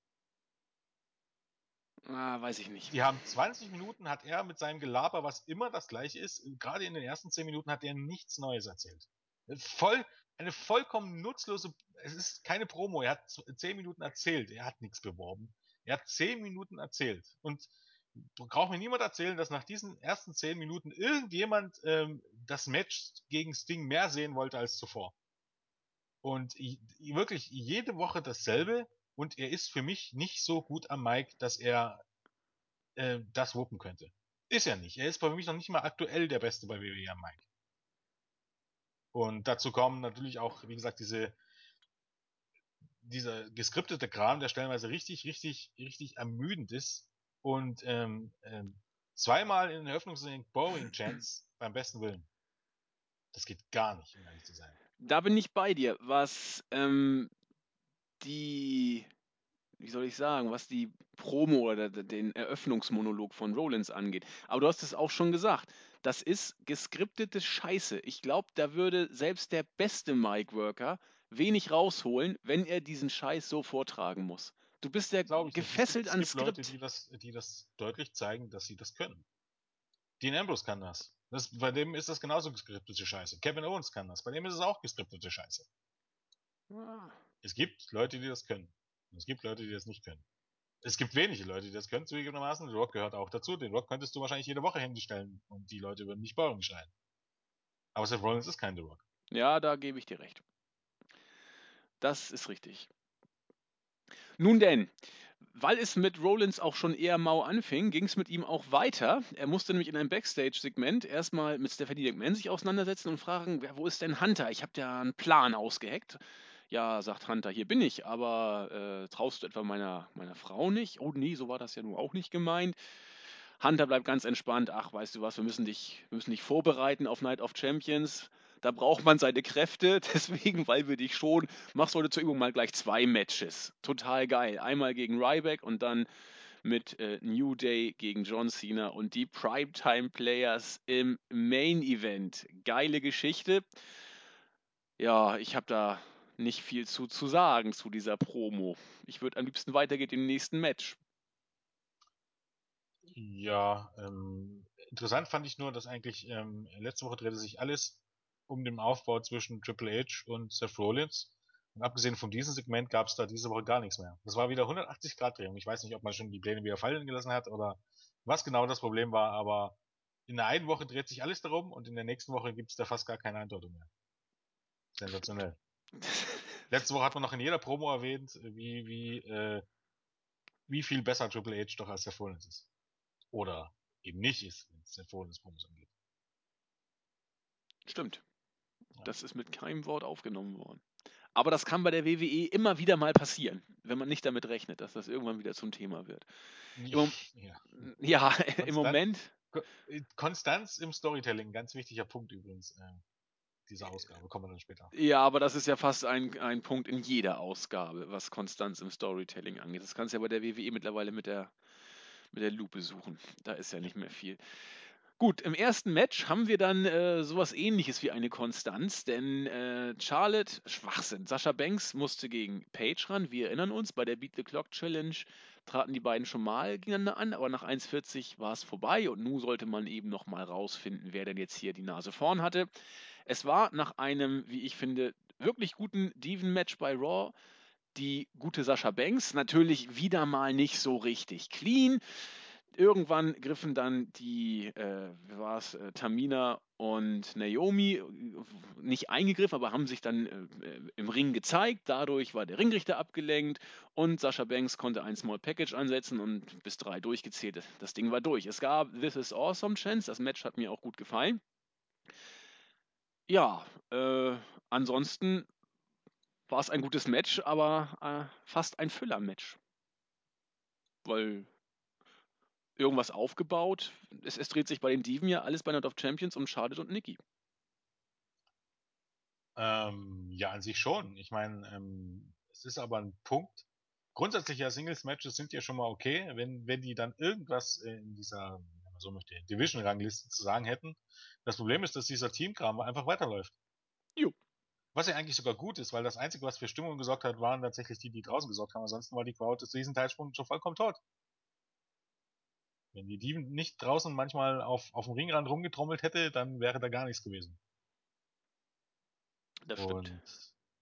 weiß ich nicht.
Die haben 20 Minuten, hat er mit seinem Gelaber, was immer das gleiche ist, gerade in den ersten 10 Minuten hat er nichts Neues erzählt. Voll, eine vollkommen nutzlose, es ist keine Promo, er hat 10 Minuten erzählt, er hat nichts beworben. Er hat 10 Minuten erzählt. Und braucht mir niemand erzählen, dass nach diesen ersten 10 Minuten irgendjemand das Match gegen Sting mehr sehen wollte als zuvor. Und wirklich jede Woche dasselbe. Und er ist für mich nicht so gut am Mic, dass er das wuppen könnte. Ist er nicht. Er ist bei mich noch nicht mal aktuell der Beste bei WWE am Mic. Und dazu kommen natürlich auch, wie gesagt, dieser geskriptete Kram, der stellenweise richtig, richtig, richtig ermüdend ist. und zweimal in den Eröffnungsring Boring Chance beim besten Willen. Das geht gar nicht, um ehrlich zu sein.
Da bin ich bei dir, was die, wie soll ich sagen, was die Promo oder den Eröffnungsmonolog von Rollins angeht. Aber du hast es auch schon gesagt, das ist geskriptete Scheiße. Ich glaube, da würde selbst der beste Mic-Worker wenig rausholen, wenn er diesen Scheiß so vortragen muss. Du bist ja
Glaube ich nicht.
gefesselt
Es
an
gibt Leute,
Skript.
die das deutlich zeigen, dass sie das können. Dean Ambrose kann das. Bei dem ist das genauso geskriptete Scheiße. Kevin Owens kann das. Bei dem ist es auch geskriptete Scheiße.
Ah,
Es gibt Leute, die das können. Und es gibt Leute, die das nicht können. Es gibt wenige Leute, die das können, zugegebenermaßen. The Rock gehört auch dazu. Den Rock könntest du wahrscheinlich jede Woche hinstellen und die Leute würden nicht Boring schreien. Aber Seth Rollins ist kein The Rock.
ja, da gebe ich dir recht. Das ist richtig. Nun denn, weil es mit Rollins auch schon eher mau anfing, ging es mit ihm auch weiter. Er musste nämlich in einem Backstage-Segment erstmal mit Stephanie McMahon sich auseinandersetzen und fragen, ja, wo ist denn Hunter? Ich habe ja einen Plan ausgeheckt. Ja, sagt Hunter, hier bin ich, aber traust du etwa meiner Frau nicht? Oh nee, so war das ja nun auch nicht gemeint. Hunter bleibt ganz entspannt. Ach, weißt du was, wir müssen dich vorbereiten auf Night of Champions. Da braucht man seine Kräfte, deswegen, weil wir dich schon, machst heute zur Übung mal gleich 2 Matches. Total geil. Einmal gegen Ryback und dann mit New Day gegen John Cena und die Primetime Players im Main Event. Geile Geschichte. Ja, ich habe da nicht viel zu sagen zu dieser Promo. Ich würde am liebsten weitergehen im nächsten Match.
Ja, interessant fand ich nur, dass eigentlich letzte Woche drehte sich alles um den Aufbau zwischen Triple H und Seth Rollins. Und abgesehen von diesem Segment gab es da diese Woche gar nichts mehr. Das war wieder 180-Grad-Drehung. Ich weiß nicht, ob man schon die Pläne wieder fallen gelassen hat oder was genau das Problem war, aber in der einen Woche dreht sich alles darum und in der nächsten Woche gibt es da fast gar keine Andeutung mehr. Sensationell. Letzte Woche hat man noch in jeder Promo erwähnt, wie viel besser Triple H doch als Seth Rollins ist. Oder eben nicht ist, wenn es Seth Rollins Promos angeht.
Stimmt.
Ja.
Das ist mit keinem Wort aufgenommen worden. Aber das kann bei der WWE immer wieder mal passieren, wenn man nicht damit rechnet, dass das irgendwann wieder zum Thema wird. Im, Mom-
Ja.
ja, im
Konstant,
Moment,
Konstanz im Storytelling, ganz wichtiger Punkt übrigens dieser Ausgabe. Kommen wir dann später.
ja, aber das ist ja fast ein Punkt in jeder Ausgabe, was Konstanz im Storytelling angeht. Das kannst du ja bei der WWE mittlerweile mit der Lupe suchen. Da ist ja
Ja.
nicht mehr viel. Gut, im ersten Match haben wir dann sowas ähnliches wie eine Konstanz, denn Charlotte, Schwachsinn, Sascha Banks musste gegen Paige ran. Wir erinnern uns, bei der Beat the Clock Challenge traten die beiden schon mal gegeneinander an, aber nach 1,40 war es vorbei und nun sollte man eben noch mal rausfinden, wer denn jetzt hier die Nase vorn hatte. Es war nach einem, wie ich finde, wirklich guten Diven-Match bei Raw die gute Sascha Banks. Natürlich wieder mal nicht so richtig clean. Irgendwann griffen dann die, wie war es, Tamina und Naomi nicht eingegriffen, aber haben sich dann im Ring gezeigt. Dadurch war der Ringrichter abgelenkt und Sascha Banks konnte ein Small Package ansetzen und bis 3 durchgezählt. Das Ding war durch. Es gab This is Awesome Chance. Das Match hat mir auch gut gefallen. Ja, ansonsten war es ein gutes Match, aber fast ein Füller-Match. Weil irgendwas aufgebaut. Es dreht sich bei den Diven ja alles bei Night of Champions um Charlotte und Nikki.
Ja, an sich schon. Ich meine, es ist aber ein Punkt. Grundsätzlich ja Singles-Matches sind ja schon mal okay, wenn die dann irgendwas in dieser, wenn man so möchte, Division-Rangliste zu sagen hätten. Das Problem ist, dass dieser Teamkram einfach weiterläuft.
Jo.
Was ja eigentlich sogar gut ist, weil das Einzige, was für Stimmung gesorgt hat, waren tatsächlich die, die draußen gesorgt haben. Ansonsten war die Crowd zu diesem Zeitpunkt schon vollkommen tot. Wenn die nicht draußen manchmal auf dem Ringrand rumgetrommelt hätte, dann wäre da gar nichts gewesen.
Das stimmt.
Und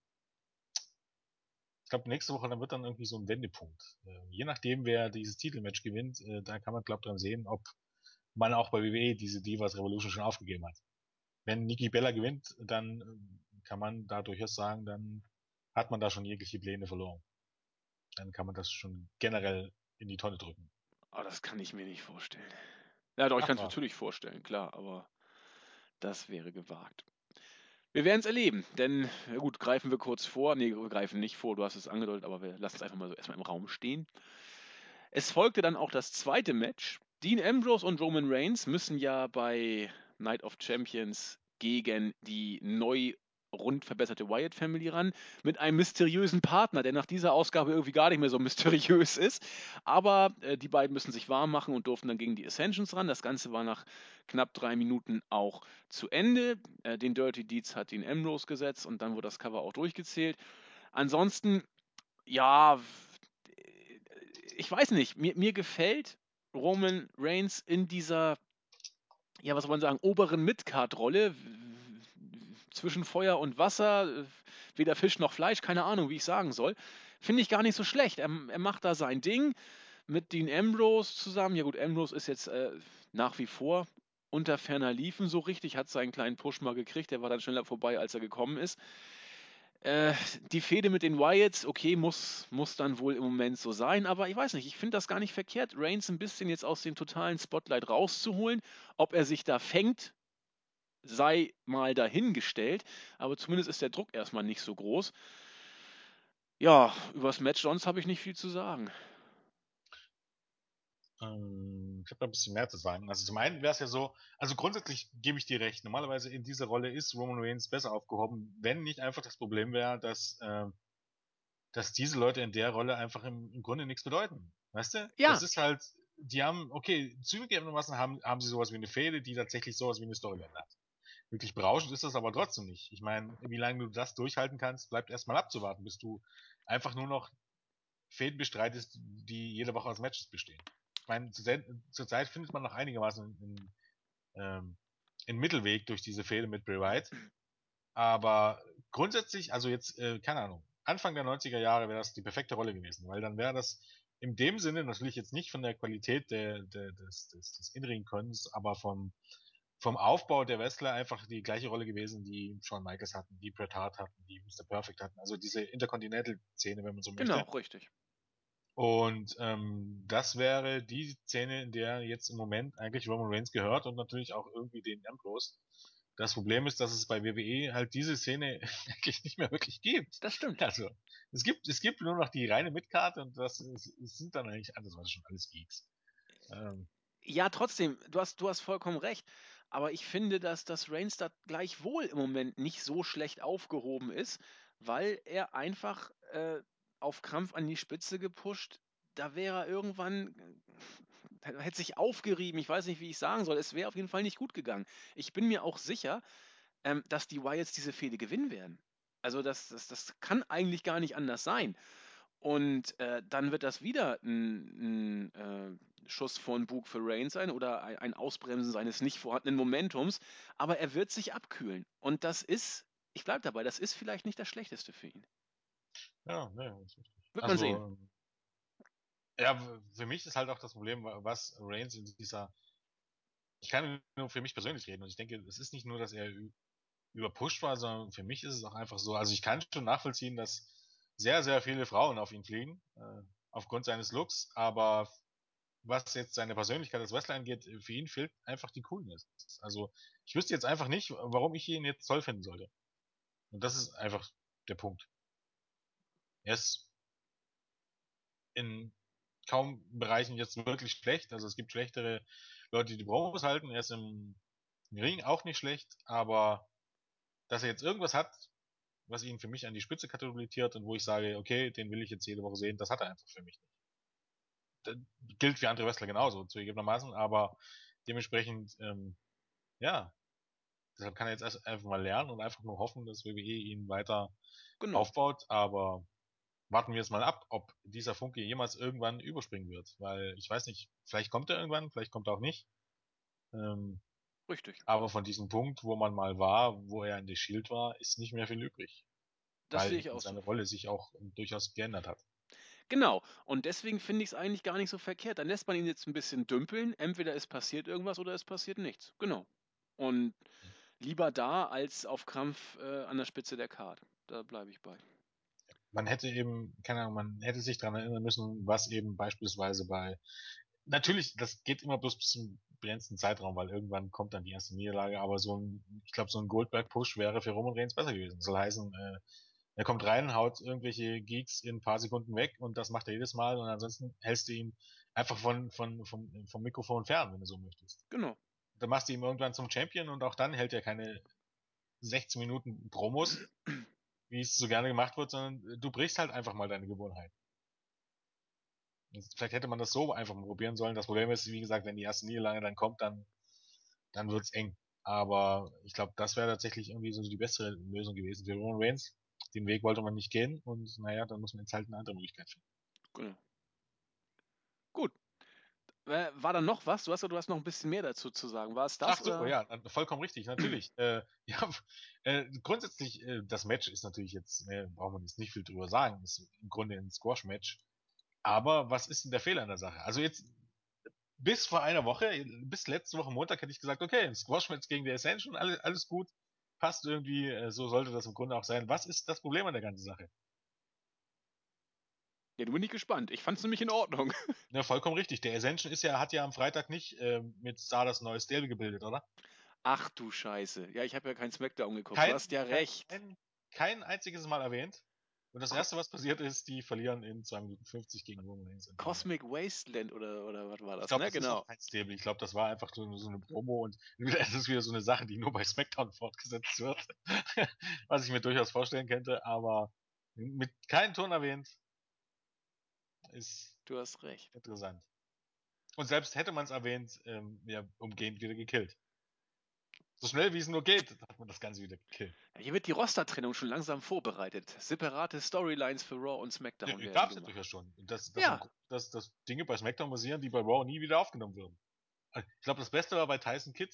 ich glaube, nächste Woche dann wird dann irgendwie so ein Wendepunkt. Je nachdem, wer dieses Titelmatch gewinnt, da kann man, glaube ich, dran sehen, ob man auch bei WWE diese Divas Revolution schon aufgegeben hat. Wenn Nikki Bella gewinnt, dann kann man da durchaus sagen, dann hat man da schon jegliche Pläne verloren. Dann kann man das schon generell in die Tonne drücken.
Aber das kann ich mir nicht vorstellen. Ja, doch, ich kann es
Abwarten.
natürlich vorstellen, klar, aber das wäre gewagt. Wir werden es erleben, denn, ja gut, greifen wir kurz vor. Nee, wir greifen nicht vor, du hast es angedeutet, aber wir lassen es einfach mal so erstmal im Raum stehen. Es folgte dann auch das zweite Match. Dean Ambrose und Roman Reigns müssen ja bei Night of Champions gegen die neu rund verbesserte Wyatt Family ran, mit einem mysteriösen Partner, der nach dieser Ausgabe irgendwie gar nicht mehr so mysteriös ist. Aber die beiden müssen sich warm machen und durften dann gegen die Ascensions ran. Das Ganze war nach knapp 3 Minuten auch zu Ende. Den Dirty Deeds hat Dean Ambrose gesetzt und dann wurde das Cover auch durchgezählt. Ansonsten, ja, ich weiß nicht, mir gefällt Roman Reigns in dieser, ja, was soll man sagen, oberen Midcard-Rolle zwischen Feuer und Wasser, weder Fisch noch Fleisch, keine Ahnung, wie ich sagen soll. Finde ich gar nicht so schlecht. Er macht da sein Ding mit Dean Ambrose zusammen. Ja gut, Ambrose ist jetzt nach wie vor unter ferner Liefen so richtig, hat seinen kleinen Push mal gekriegt, der war dann schneller vorbei, als er gekommen ist. Äh, Die Fehde mit den Wyatts, okay, muss dann wohl im Moment so sein, aber ich weiß nicht, ich finde das gar nicht verkehrt, Reigns ein bisschen jetzt aus dem totalen Spotlight rauszuholen. Ob er sich da fängt, sei mal dahingestellt, aber zumindest ist der Druck erstmal nicht so groß. Ja, übers Match sonst habe ich nicht viel zu sagen.
Ich habe da ein bisschen mehr zu sagen. Also zum einen wäre es ja so, also grundsätzlich gebe ich dir recht. Normalerweise in dieser Rolle ist Roman Reigns besser aufgehoben, wenn nicht einfach das Problem wäre, dass diese Leute in der Rolle einfach im Grunde nichts bedeuten. Weißt du? Das
Ja,
ist halt, die haben, okay, zugegebenermaßen haben sie sowas wie eine Fehde, die tatsächlich sowas wie eine Storyline hat. Wirklich berauschend ist das aber trotzdem nicht. Ich meine, wie lange du das durchhalten kannst, bleibt erstmal abzuwarten, bis du einfach nur noch Fäden bestreitest, die jede Woche aus Matches bestehen. Ich meine, zurzeit findet man noch einigermaßen in Mittelweg durch diese Fehde mit Bray Wyatt. Aber grundsätzlich, also jetzt, keine Ahnung, Anfang der 90er Jahre wäre das die perfekte Rolle gewesen, weil dann wäre das in dem Sinne natürlich jetzt nicht von der Qualität des In-Ring-Könnens, aber vom Aufbau der Wrestler einfach die gleiche Rolle gewesen, die Shawn Michaels hatten, die Bret Hart hatten, die Mr. Perfect hatten. Also diese Intercontinental-Szene, wenn man so
genau,
möchte.
richtig.
Und das wäre die Szene, in der jetzt im Moment eigentlich Roman Reigns gehört und natürlich auch irgendwie den Ambrose. Das Problem ist, dass es bei WWE halt diese Szene eigentlich nicht mehr wirklich gibt.
Das stimmt.
Also es gibt nur noch die reine Midcard und es sind dann eigentlich andersweise schon alles Geeks. Ähm,
Ja, trotzdem, du hast vollkommen recht. Aber ich finde, dass das Reigns da gleichwohl im Moment nicht so schlecht aufgehoben ist, weil er einfach auf Krampf an die Spitze gepusht. Da wäre er irgendwann, hätte sich aufgerieben. Ich weiß nicht, wie ich sagen soll. Es wäre auf jeden Fall nicht gut gegangen. Ich bin mir auch sicher, dass die Wyatts diese Fehde gewinnen werden. Also das kann eigentlich gar nicht anders sein. Und dann wird das wieder ein Schuss von Bug für Reigns sein oder ein Ausbremsen seines nicht vorhandenen Momentums. Aber er wird sich abkühlen. Und das ist, ich bleibe dabei, das ist vielleicht nicht das Schlechteste für ihn.
ja, ne, das ist richtig.
Wird man sehen.
Also, ja, für mich ist halt auch das Problem, was Reigns in dieser, ich kann nur für mich persönlich reden und ich denke, es ist nicht nur, dass er überpusht war, sondern für mich ist es auch einfach so, also ich kann schon nachvollziehen, dass sehr, sehr viele Frauen auf ihn fliegen, aufgrund seines Looks, aber was jetzt seine Persönlichkeit als Wrestler angeht, für ihn fehlt einfach die Coolness. Also ich wüsste jetzt einfach nicht, warum ich ihn jetzt toll finden sollte. Und das ist einfach der Punkt. Er ist in kaum Bereichen jetzt wirklich schlecht, also es gibt schlechtere Leute, die die Promos halten, er ist im Ring auch nicht schlecht, aber dass er jetzt irgendwas hat, was ihn für mich an die Spitze katapultiert und wo ich sage, okay, den will ich jetzt jede Woche sehen, das hat er einfach für mich nicht. Das gilt für andere Wrestler genauso, zugegebenermaßen, aber dementsprechend, ja, deshalb kann er jetzt erst einfach mal lernen und einfach nur hoffen, dass WWE ihn weiter
Genau.
aufbaut, aber warten wir es mal ab, ob dieser Funke jemals irgendwann überspringen wird, weil ich weiß nicht, vielleicht kommt er irgendwann, vielleicht kommt er auch nicht, ähm,
Richtig.
aber von diesem Punkt, wo man mal war, wo er in der Shield war, ist nicht mehr viel übrig,
Das
weil
sehe ich
eben
auch so.
seine Rolle sich auch durchaus geändert hat.
Genau. Und deswegen finde ich es eigentlich gar nicht so verkehrt. Dann lässt man ihn jetzt ein bisschen dümpeln. Entweder es passiert irgendwas oder es passiert nichts. Genau. Und lieber da als auf Krampf an der Spitze der Card. Da bleibe ich bei.
Man hätte eben, keine Ahnung, man hätte sich daran erinnern müssen, was eben beispielsweise natürlich, das geht immer bloß bis zum begrenzten Zeitraum, weil irgendwann kommt dann die erste Niederlage, aber ich glaube, so ein Goldberg-Push wäre für Roman Reigns besser gewesen. Das soll heißen, Er kommt rein, haut irgendwelche Geeks in ein paar Sekunden weg und das macht er jedes Mal und ansonsten hältst du ihn einfach vom Mikrofon fern, wenn du so möchtest.
Genau.
Dann machst du ihn irgendwann zum Champion und auch dann hält er keine 16 Minuten Promos, wie es so gerne gemacht wird, sondern du brichst halt einfach mal deine Gewohnheit. Vielleicht hätte man das so einfach mal probieren sollen. Das Problem ist, wie gesagt, wenn die erste Niederlage dann kommt, dann wird's eng. Aber ich glaube, das wäre tatsächlich irgendwie so die bessere Lösung gewesen für Roman Reigns. Den Weg wollte man nicht gehen und naja, dann muss man jetzt halt eine andere Möglichkeit finden.
Genau. Gut. War da noch was? Du hast noch ein bisschen mehr dazu zu sagen. War es das
Ach so,
oder?
ja, vollkommen richtig, natürlich. Ja, grundsätzlich, das Match ist natürlich jetzt, braucht man jetzt nicht viel drüber sagen, ist im Grunde ein Squash-Match. Aber was ist denn der Fehler an der Sache? Also jetzt, bis vor einer Woche, bis letzte Woche Montag hätte ich gesagt, okay, ein Squash-Match gegen die Ascension, alles gut, passt irgendwie, so sollte das im Grunde auch sein. Was ist das Problem an der ganzen Sache?
Ja, du bin ich gespannt. Ich fand es nämlich in Ordnung.
Ja, vollkommen richtig. Der Ascension hat ja am Freitag nicht mit Stardust ein neues Stable gebildet, oder?
Ach du Scheiße. Ja, ich habe ja kein SmackDown geguckt. Du
Kein,
hast ja
kein,
recht.
kein, kein einziges Mal erwähnt. Und das
Co
erste, was passiert ist, die verlieren in 2 Minuten 50 gegen Roman Reigns und New Day.
Cosmic Wasteland oder was war
Ich
das,
glaube,
ne?
das ist auch
Genau.
kein Stable. Ich glaube, das war einfach so eine Promo und es ist wieder so eine Sache, die nur bei SmackDown fortgesetzt wird. Was ich mir durchaus vorstellen könnte, aber mit keinem Ton erwähnt, ist
Du hast recht.
interessant. Und selbst hätte man es erwähnt, ja, umgehend wieder gekillt. So schnell wie es nur geht, hat man das Ganze wieder gekillt.
Ja, hier wird die Rostertrennung schon langsam vorbereitet. Separate Storylines für Raw und SmackDown werden
Gab es ja
gemacht.
durchaus schon.
Ja.
Dass Dinge bei SmackDown passieren, die bei Raw nie wieder aufgenommen würden. Ich glaube, das Beste war bei Tyson Kidd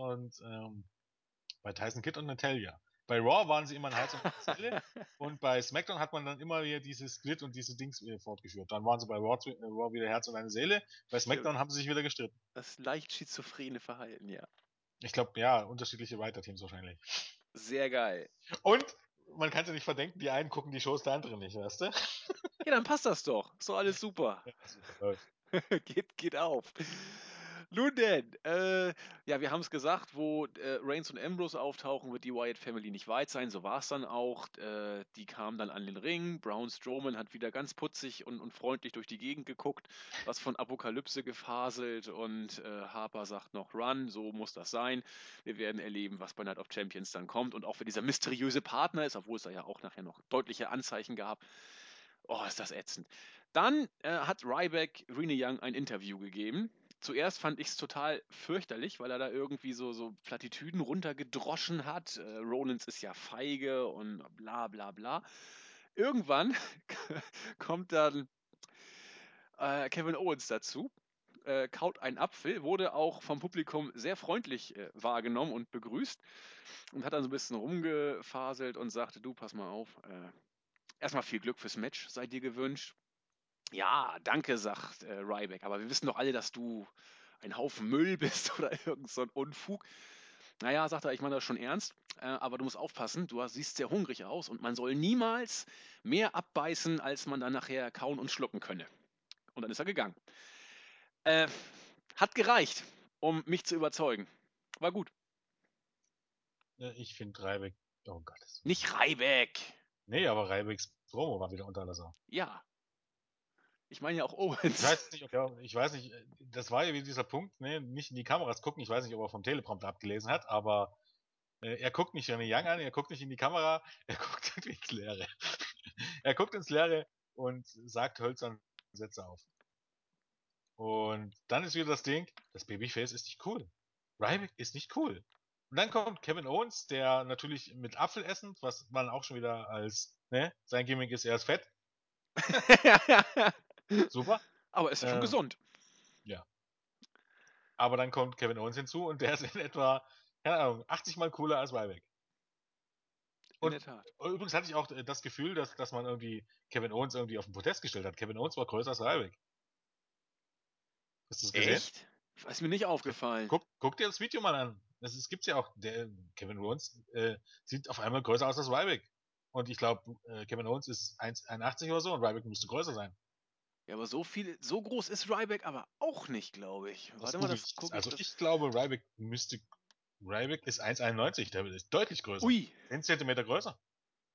bei Tyson Kidd und Natalia. Bei Raw waren sie immer ein Herz und eine Seele und bei SmackDown hat man dann immer wieder dieses Split und diese Dings fortgeführt. Dann waren sie bei Raw wieder Herz und eine Seele. Bei
Stimmt.
SmackDown haben sie sich wieder gestritten.
Das leicht schizophrene Verhalten, ja.
Ich glaube, ja, unterschiedliche Writer-Teams wahrscheinlich.
Sehr geil.
Und man kann sie nicht verdenken, die einen gucken die Shows, der andere nicht, weißt du?
Ja, dann passt das doch. Ist doch alles super.
Ja, super, läuft.
Geht auf. Nun denn, ja, wir haben es gesagt, wo Reigns und Ambrose auftauchen, wird die Wyatt Family nicht weit sein. So war es dann auch. Die kamen dann an den Ring. Braun Strowman hat wieder ganz putzig und freundlich durch die Gegend geguckt, was von Apokalypse gefaselt und Harper sagt noch Run, so muss das sein. Wir werden erleben, was bei Night of Champions dann kommt und auch wer dieser mysteriöse Partner ist, obwohl es da ja auch nachher noch deutliche Anzeichen gab. Oh, ist das ätzend. Dann hat Ryback Rene Young ein Interview gegeben. Zuerst fand ich es total fürchterlich, weil er da irgendwie so Plattitüden runtergedroschen hat. Rollins ist ja feige und bla bla bla. Irgendwann kommt dann Kevin Owens dazu, kaut einen Apfel, wurde auch vom Publikum sehr freundlich wahrgenommen und begrüßt und hat dann so ein bisschen rumgefaselt und sagte, du, pass mal auf, erstmal viel Glück fürs Match, sei dir gewünscht. Ja, danke, sagt Ryback, aber wir wissen doch alle, dass du ein Haufen Müll bist oder irgend so ein Unfug. Naja, sagt er, ich meine das schon ernst, aber du musst aufpassen, siehst sehr hungrig aus und man soll niemals mehr abbeißen, als man dann nachher kauen und schlucken könne. Und dann ist er gegangen. Äh, hat gereicht, um mich zu überzeugen. War gut.
Ich finde Ryback, oh Gottes Willen.
Nicht Ryback.
Nee, aber Rybacks Promo war wieder unter aller Sau.
Ja, ich meine ja auch
Ich
Owens.
weiß nicht, ich weiß nicht, das war ja wie dieser Punkt, ne, nicht in die Kameras gucken, ich weiß nicht, ob er vom Teleprompter abgelesen hat, aber er guckt nicht Johnny Young an, er guckt nicht in die Kamera, er guckt irgendwie ins Leere. Er guckt ins Leere und sagt hölzern Sätze auf. Und dann ist wieder das Ding, das Babyface ist nicht cool. Ryback ist nicht cool. Und dann kommt Kevin Owens, der natürlich mit Apfel essen, was man auch schon wieder als, ne, sein Gimmick ist, er ist fett. Super.
Aber ist ja schon
Ähm,
gesund.
ja. Aber dann kommt Kevin Owens hinzu und der ist in etwa, keine Ahnung, 80 mal cooler als Ryback.
In
Und
der Tat.
übrigens hatte ich auch das Gefühl, dass man irgendwie Kevin Owens irgendwie auf den Podest gestellt hat. Kevin Owens war größer als Ryback. Hast du das gesehen?
Echt? Ist mir nicht aufgefallen.
Guck dir das Video mal an. Es gibt's ja auch. Der Kevin Owens sieht auf einmal größer aus als Ryback. Und ich glaube, Kevin Owens ist 1,81 oder so und Ryback müsste größer sein.
Ja, aber so groß ist Ryback aber auch nicht, glaube ich.
Das
Warte mal,
google
das
ich jetzt.
gucke ich
Also
das.
ich glaube, Ryback ist 1,91. Der ist deutlich größer.
Ui,
10 Zentimeter größer.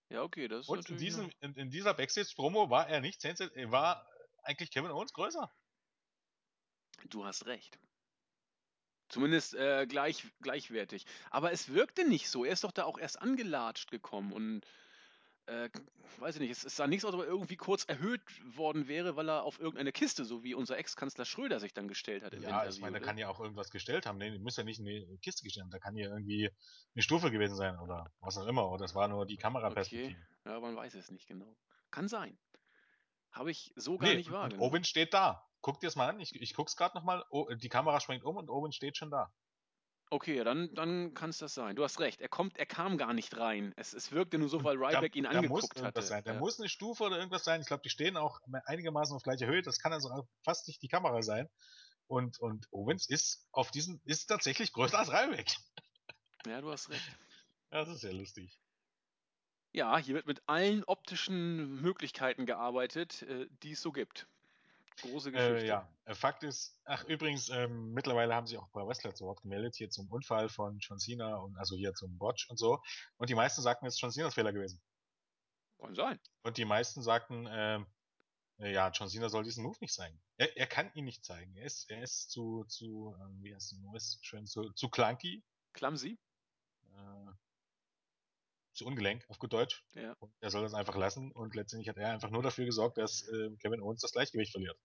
Ja, okay, das ist
Und in
natürlich
diesem,
eine.
in dieser Backstage-Promo war er nicht war eigentlich Kevin Owens größer.
Du hast recht. Zumindest gleichwertig. Aber es wirkte nicht so. Er ist doch da auch erst angelatscht gekommen und äh, weiß ich nicht, es sah nicht so aus, als ob er irgendwie kurz erhöht worden wäre, weil er auf irgendeine Kiste, so wie unser Ex-Kanzler Schröder sich dann gestellt hat im
Ja, ich meine,
Interview.
da kann ja auch irgendwas gestellt haben. Nee, muss ja nicht eine Kiste gestellt haben. Da kann ja irgendwie eine Stufe gewesen sein oder was auch immer. Oder das war nur die
Okay,
Kameraperspektive.
ja, man weiß es nicht genau. Kann sein. Habe ich so gar
Nee,
nicht
und
wahrgenommen.
Owen steht da. Guck dir das mal an. Ich guck's gerade nochmal. Oh, die Kamera schwenkt um und Owen steht schon da.
Okay, ja, dann kann es das sein. Du hast recht. Er kam gar nicht rein. Es wirkte nur so,
Und
weil Ryback ihn
da muss
angeguckt
irgendwas
hatte.
sein. Da
Ja.
muss eine Stufe oder irgendwas sein. Ich glaube, die stehen auch einigermaßen auf gleicher Höhe. Das kann also auch fast nicht die Kamera sein. Und Owens ist tatsächlich größer als Ryback.
Ja, du hast recht.
Das ist ja lustig.
Ja, hier wird mit allen optischen Möglichkeiten gearbeitet, die es so gibt. Große Geschichte.
Ja, Fakt ist, ach übrigens, mittlerweile haben sich auch ein paar Wrestler zu Wort gemeldet, hier zum Unfall von John Cena und also hier zum Botch und so. Und die meisten sagten, es ist John Cenas Fehler gewesen.
Kann sein.
Und die meisten sagten, ja, John Cena soll diesen Move nicht zeigen. Er kann ihn nicht zeigen. Er ist wie heißt es, ist schön, zu clunky,
Clumsy?
äh, zu ungelenk, auf gut Deutsch.
Ja.
Und er soll das einfach lassen. Und letztendlich hat er einfach nur dafür gesorgt, dass Kevin Owens das Gleichgewicht verliert.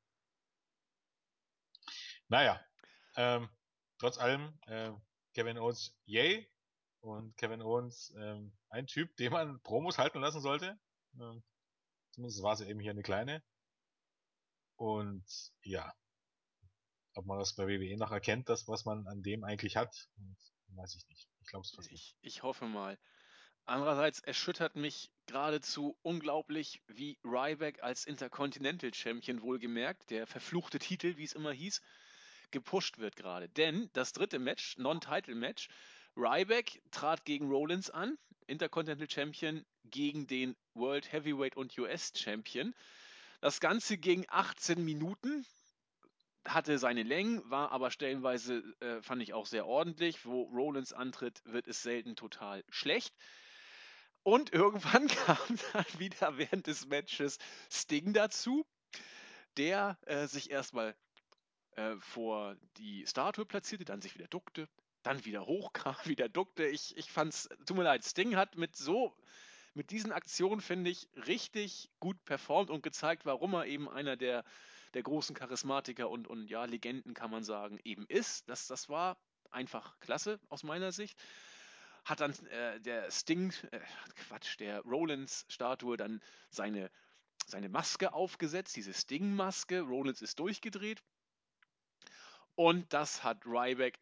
Naja, ähm, trotz allem, Kevin Owens, yay. Und Kevin Owens, ein Typ, den man Promos halten lassen sollte. Ähm, Zumindest war sie eben hier eine kleine. Und ja, ob man das bei WWE noch erkennt, das, was man an dem eigentlich hat, weiß ich nicht. Ich glaube es fast nicht.
Ich hoffe mal. Andererseits erschüttert mich geradezu unglaublich, wie Ryback als Intercontinental Champion wohlgemerkt, der verfluchte Titel, wie es immer hieß, gepusht wird gerade. Denn das dritte Match, Non-Title-Match, Ryback trat gegen Rollins an, Intercontinental Champion gegen den World Heavyweight und US Champion. Das Ganze ging 18 Minuten, hatte seine Längen, war aber stellenweise, fand ich auch sehr ordentlich. Wo Rollins antritt, wird es selten total schlecht. Und irgendwann kam dann wieder während des Matches Sting dazu, der sich erstmal vor die Statue platzierte, dann sich wieder duckte, dann wieder hochkam, wieder duckte. Ich fand's, tut mir leid, Sting hat mit diesen Aktionen, finde ich, richtig gut performt und gezeigt, warum er eben einer der großen Charismatiker und ja, Legenden, kann man sagen, eben ist. Das war einfach klasse aus meiner Sicht. Hat dann der Sting, Quatsch, der Rollins-Statue dann seine, seine Maske aufgesetzt, diese Sting-Maske. Rollins ist durchgedreht. Und das hat Ryback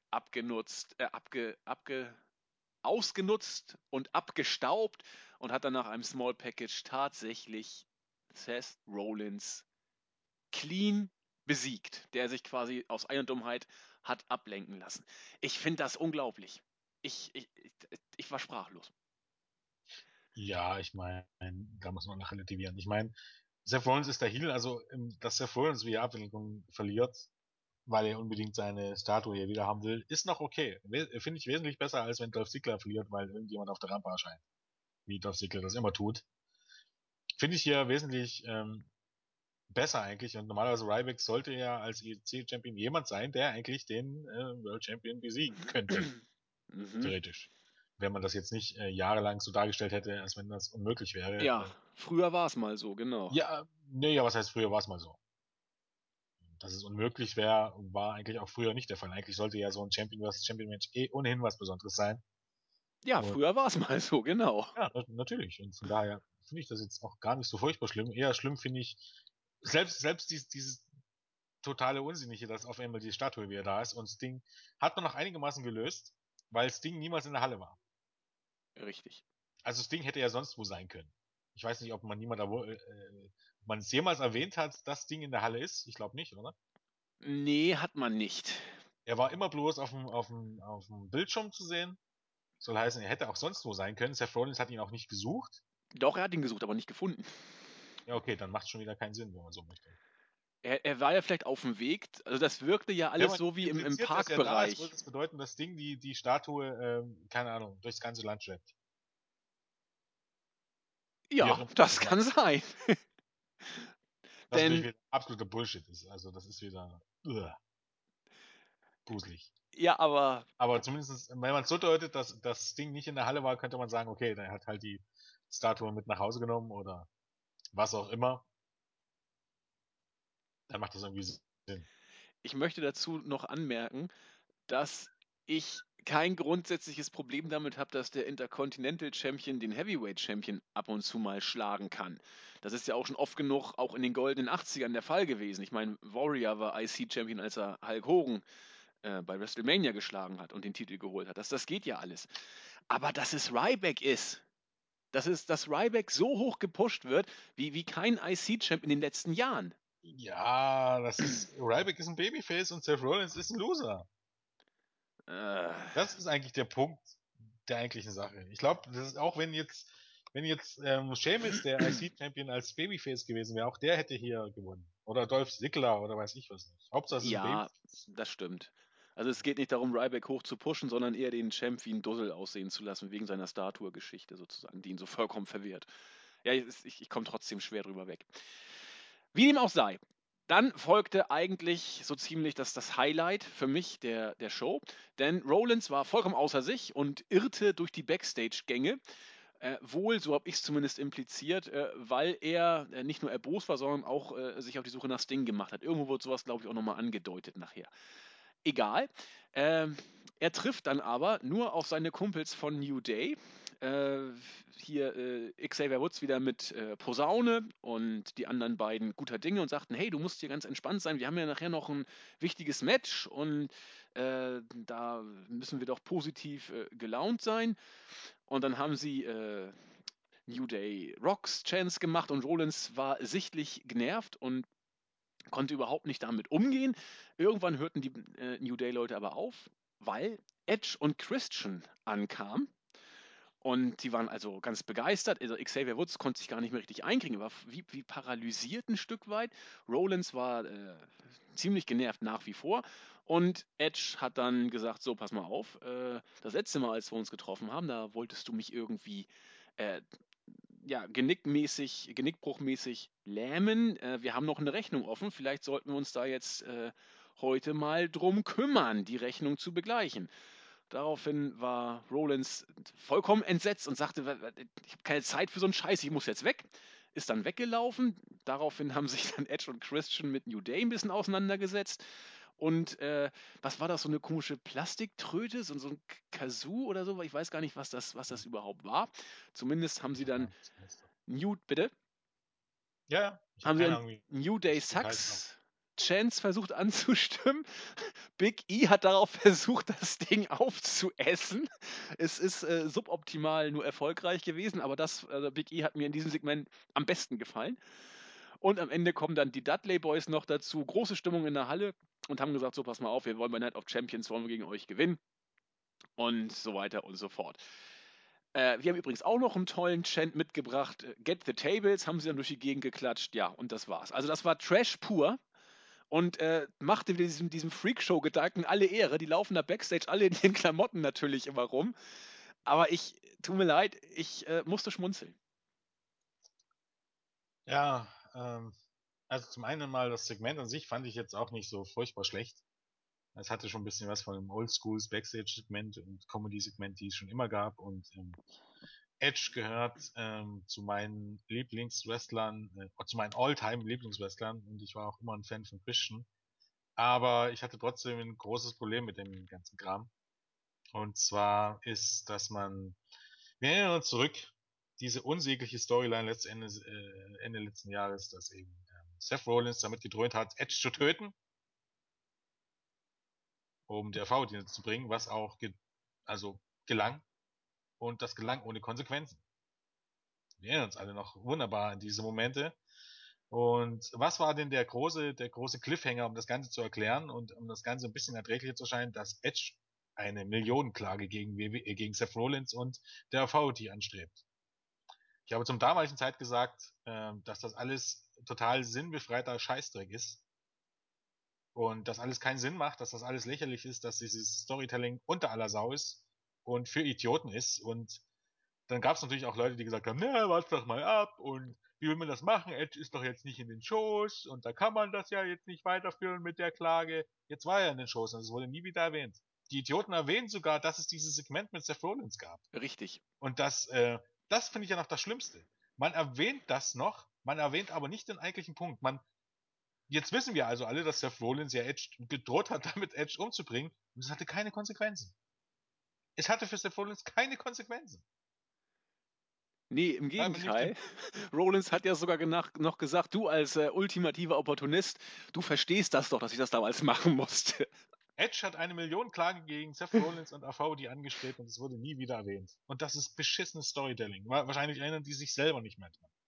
ausgenutzt und abgestaubt und hat dann nach einem Small Package tatsächlich Seth Rollins clean besiegt, der sich quasi aus einer Dummheit hat ablenken lassen. Ich finde das unglaublich. Ich war sprachlos.
Ja, ich meine, da muss man noch relativieren. Ich meine, Seth Rollins ist der Heel, also dass Seth Rollins via Abwinklung verliert, weil er unbedingt seine Statue hier wieder haben will, ist noch okay. Finde ich wesentlich besser, als wenn Dolph Ziggler verliert, weil irgendjemand auf der Rampe erscheint. Wie Dolph Ziggler das immer tut. Finde ich hier wesentlich besser eigentlich. Und normalerweise Ryback sollte ja als EC-Champion jemand sein, der eigentlich den World Champion besiegen könnte.
Mhm.
Theoretisch. Wenn man das jetzt nicht jahrelang so dargestellt hätte, als wenn das unmöglich wäre.
Ja, früher war es mal so, genau.
Ja, nee, ja, was heißt früher war es mal so. Dass es unmöglich wäre, war eigentlich auch früher nicht der Fall. Eigentlich sollte ja so ein Champion vs. Champion Match ohnehin was Besonderes sein.
Ja,
Und
früher war es mal so, genau.
ja, natürlich. Und von daher finde ich das jetzt auch gar nicht so furchtbar schlimm. Eher schlimm finde ich, selbst dieses totale Unsinnige, dass auf einmal die Statue wieder da ist. Und Sting hat man noch einigermaßen gelöst, weil Sting niemals in der Halle war.
Richtig.
Also Sting hätte ja sonst wo sein können. Ich weiß nicht, ob man ob man es jemals erwähnt hat, dass Sting in der Halle ist. Ich glaube nicht, oder?
Nee, hat man nicht.
Er war immer bloß auf dem Bildschirm zu sehen. Soll heißen, er hätte auch sonst wo sein können. Seth Rollins hat ihn auch nicht gesucht.
Doch, er hat ihn gesucht, aber nicht gefunden.
Ja, okay, dann macht schon wieder keinen Sinn, wenn man so möchte.
Er war ja vielleicht auf dem Weg. Also das wirkte ja
Wenn
alles
man
so wie im
impliziert, dass er da ist, würde
Parkbereich.
es bedeuten, dass Sting die Statue, keine Ahnung, durchs ganze Land schleppt. Wie auch
Ja,
immer.
das kann sein.
Was natürlich
Denn
wieder absoluter Bullshit ist. Also das ist wieder gruselig.
ja, aber
Aber zumindest, wenn man es so deutet, dass das Ding nicht in der Halle war, könnte man sagen, okay, der hat halt die Statue mit nach Hause genommen oder was auch immer. Dann macht das irgendwie Sinn.
ich möchte dazu noch anmerken, dass ich kein grundsätzliches Problem damit habe, dass der Intercontinental Champion den Heavyweight Champion ab und zu mal schlagen kann. Das ist ja auch schon oft genug auch in den goldenen 80ern der Fall gewesen. Ich meine, Warrior war IC Champion, als er Hulk Hogan bei WrestleMania geschlagen hat und den Titel geholt hat. Das geht ja alles. Aber dass es Ryback ist, dass Ryback so hoch gepusht wird, wie kein IC-Champ in den letzten Jahren.
Ja, das ist. Ryback ist ein Babyface und Seth Rollins ist ein Loser.
Äh,
Das ist eigentlich der Punkt der eigentlichen Sache. Ich glaube, das ist auch wenn jetzt Sheamus der IC-Champion als Babyface gewesen wäre, auch der hätte hier gewonnen. Oder Dolph Ziggler oder weiß ich was nicht. Hauptsache es ist ein
ja,
Babyface.
das stimmt. Also es geht nicht darum, Ryback hoch zu pushen, sondern eher den Champ wie ein Dussel aussehen zu lassen, wegen seiner Statue-Geschichte sozusagen, die ihn so vollkommen verwirrt. Ja, ich komme trotzdem schwer drüber weg. Wie dem auch sei. Dann folgte eigentlich so ziemlich das Highlight für mich der Show, denn Rollins war vollkommen außer sich und irrte durch die Backstage-Gänge. Wohl, so habe ich es zumindest impliziert, weil er nicht nur erbost war, sondern auch sich auf die Suche nach Sting gemacht hat. Irgendwo wird sowas, glaube ich, auch nochmal angedeutet nachher. Egal. Ähm, Er trifft dann aber nur auf seine Kumpels von New Day. Äh, Hier Xavier Woods wieder mit Posaune und die anderen beiden guter Dinge und sagten, hey, du musst hier ganz entspannt sein, wir haben ja nachher noch ein wichtiges Match und da müssen wir doch positiv gelaunt sein. Und dann haben sie New Day Rocks Chance gemacht und Rollins war sichtlich genervt und konnte überhaupt nicht damit umgehen. Irgendwann hörten die New Day-Leute aber auf, weil Edge und Christian ankamen. Und die waren also ganz begeistert. Also Xavier Woods konnte sich gar nicht mehr richtig einkriegen, er war wie paralysiert ein Stück weit. Rollins war ziemlich genervt nach wie vor. Und Edge hat dann gesagt: So, pass mal auf, das letzte Mal, als wir uns getroffen haben, da wolltest du mich irgendwie äh, ja, genickbruchmäßig lähmen. Wir haben noch eine Rechnung offen. Vielleicht sollten wir uns da jetzt heute mal drum kümmern, die Rechnung zu begleichen. Daraufhin war Rollins vollkommen entsetzt und sagte: Ich habe keine Zeit für so einen Scheiß, ich muss jetzt weg. Ist dann weggelaufen. Daraufhin haben sich dann Edge und Christian mit New Day ein bisschen auseinandergesetzt. Und was war das, so eine komische Plastiktröte, so ein Kazoo oder so? Ich weiß gar nicht, was das überhaupt war. Zumindest haben
Ich
sie
habe keine
dann
Ahnung, was du meinst.
Bitte?
Ja, ja, ich habe
Haben sie
keine
dann
Ahnung, wie
New Day
welche Details noch.
Sucks Chance versucht anzustimmen. Big E hat darauf versucht, das Ding aufzuessen. Es ist suboptimal nur erfolgreich gewesen, aber also Big E hat mir in diesem Segment am besten gefallen. Und am Ende kommen dann die Dudley Boys noch dazu. Große Stimmung in der Halle und haben gesagt: So, pass mal auf, wir wollen bei Night of Champions, wollen wir gegen euch gewinnen. Und so weiter und so fort. Wir haben übrigens auch noch einen tollen Chant mitgebracht. Get the Tables haben sie dann durch die Gegend geklatscht. Ja, und das war's. Also das war Trash pur und machte diesem Freakshow-Gedanken alle Ehre. Die laufen da Backstage alle in den Klamotten natürlich immer rum. Aber tut mir leid, ich musste schmunzeln.
Ja, also zum einen mal das Segment an sich fand ich jetzt auch nicht so furchtbar schlecht. Es hatte schon ein bisschen was von einem Oldschool Backstage-Segment und Comedy-Segment, die es schon immer gab. Und Edge gehört zu meinen Lieblingswrestlern, zu meinen All-Time-Lieblingswrestlern. Und ich war auch immer ein Fan von Christian. Aber ich hatte trotzdem ein großes Problem mit dem ganzen Kram. Und zwar ist, dass wir erinnern uns zurück, diese unsägliche Storyline Ende letzten Jahres, dass eben Seth Rollins damit gedroht hat, Edge zu töten, um der V-Dienst zu bringen, was auch also gelang. Und das gelang ohne Konsequenzen. Wir erinnern uns alle noch wunderbar an diese Momente. Und was war denn der große Cliffhanger, um das Ganze zu erklären und um das Ganze ein bisschen erträglicher zu erscheinen, dass Edge eine Millionenklage gegen Seth Rollins und der VOD anstrebt. Ich habe zum damaligen Zeit gesagt, dass das alles total sinnbefreiter Scheißdreck ist und dass alles keinen Sinn macht, dass das alles lächerlich ist, dass dieses Storytelling unter aller Sau ist und für Idioten ist und dann gab es natürlich auch Leute, die gesagt haben, na, warte doch mal ab und wie will man das machen? Edge ist doch jetzt nicht in den Shows und da kann man das ja jetzt nicht weiterführen mit der Klage. Jetzt war er in den Shows und es wurde nie wieder erwähnt. Die Idioten erwähnen sogar, dass es dieses Segment mit Seth Rollins gab.
Richtig.
Und das finde ich ja noch das Schlimmste. Man erwähnt das noch, man erwähnt aber nicht den eigentlichen Punkt. Jetzt wissen wir also alle, dass Seth Rollins ja Edge gedroht hat, damit Edge umzubringen und es hatte keine Konsequenzen. Es hatte für Seth Rollins keine Konsequenzen.
Nee, im
Weil man nämlich den
Gegenteil. Rollins hat ja sogar noch gesagt, du als ultimativer Opportunist, du verstehst das doch, dass ich das damals machen musste.
Edge hat 1 Million Klage gegen Seth Rollins und AVD angestrebt und es wurde nie wieder erwähnt. Und das ist beschissenes Storytelling. Wahrscheinlich erinnern die sich selber nicht mehr dran.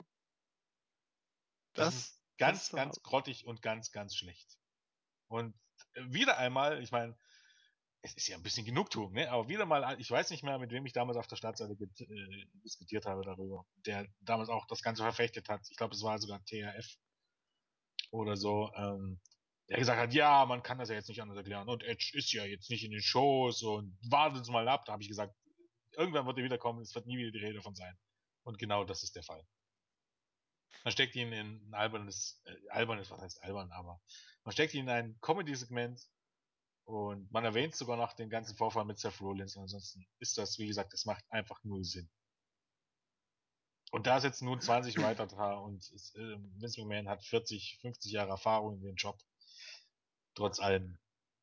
Das ist
Das
ganz,
kannst du
ganz
haben.
grottig und ganz, ganz schlecht. Und wieder einmal, ich meine, es ist ja ein bisschen Genugtuung, ne? Aber wieder mal, ich weiß nicht mehr, mit wem ich damals auf der Startseite diskutiert habe darüber, der damals auch das Ganze verfechtet hat. Ich glaube, es war sogar TRF oder so, der gesagt hat, ja, man kann das ja jetzt nicht anders erklären. Und Edge ist ja jetzt nicht in den Shows und warten Sie mal ab. Da habe ich gesagt, irgendwann wird er wiederkommen, es wird nie wieder die Rede davon sein. Und genau das ist der Fall. Man steckt ihn in ein albernes, was heißt albern, aber man steckt ihn in ein Comedy-Segment und man erwähnt sogar noch den ganzen Vorfall mit Seth Rollins und ansonsten ist das, wie gesagt, es macht einfach null Sinn. Und da sitzen nun 20 weiter da und Vince McMahon hat 40, 50 Jahre Erfahrung in dem Job. Trotz allem,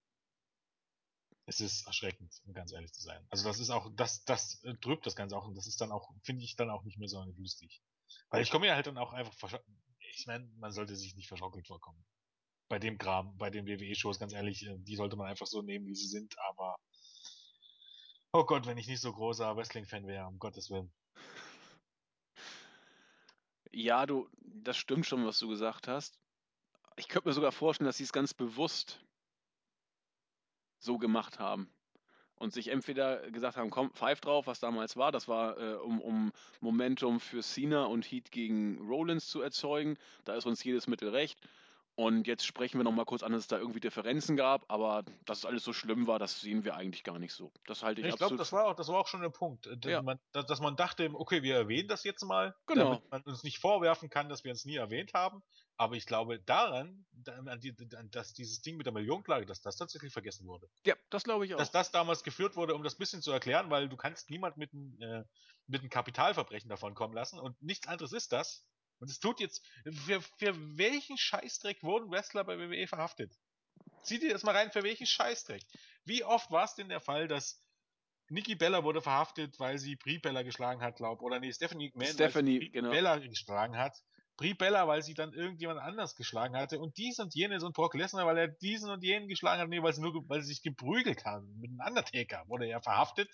es ist erschreckend, um ganz ehrlich zu sein. Also das ist auch, das trübt das Ganze auch und das ist dann auch, finde ich dann auch nicht mehr so lustig. Weil ich komme ja halt dann auch einfach, ich meine, man sollte sich nicht verschockelt vorkommen. Bei dem Kram, bei den WWE-Shows, ganz ehrlich, die sollte man einfach so nehmen, wie sie sind, aber oh Gott, wenn ich nicht so großer Wrestling-Fan wäre, um Gottes Willen.
Ja, das stimmt schon, was du gesagt hast. Ich könnte mir sogar vorstellen, dass sie es ganz bewusst so gemacht haben und sich entweder gesagt haben, komm, pfeif drauf, was damals war. Das war, um Momentum für Cena und Heat gegen Rollins zu erzeugen. Da ist uns jedes Mittel recht. Und jetzt sprechen wir nochmal kurz an, dass es da irgendwie Differenzen gab, aber dass es alles so schlimm war, das sehen wir eigentlich gar nicht so. Das halte ich
Ich glaube,
absolut für.
das war auch schon der Punkt,
Ja,
dass man dachte, okay, wir erwähnen das jetzt mal, damit
genau.
man uns nicht vorwerfen kann, dass wir uns nie erwähnt haben. Aber ich glaube daran, dass dieses Ding mit der Millionenklage, dass das tatsächlich vergessen wurde.
Ja, das glaube ich
Dass
auch.
das damals geführt wurde, um das bisschen zu erklären, weil du kannst niemand mit einem Kapitalverbrechen davon kommen lassen und nichts anderes ist das. Und es tut jetzt, für welchen Scheißdreck wurden Wrestler bei WWE verhaftet? Zieh dir das mal rein, für welchen Scheißdreck? Wie oft war es denn der Fall, dass Nikki Bella wurde verhaftet, weil sie Brie Bella geschlagen hat, glaub. Oder nee, Stephanie McMahon, weil sie
Stephanie,
Brie
genau.
Bella geschlagen hat. Brie Bella, weil sie dann irgendjemand anders geschlagen hatte. Und dies und jenes und Brock Lesnar, weil er diesen und jenen geschlagen hat. Nee, weil sie sich geprügelt haben. Mit einem Undertaker wurde er verhaftet.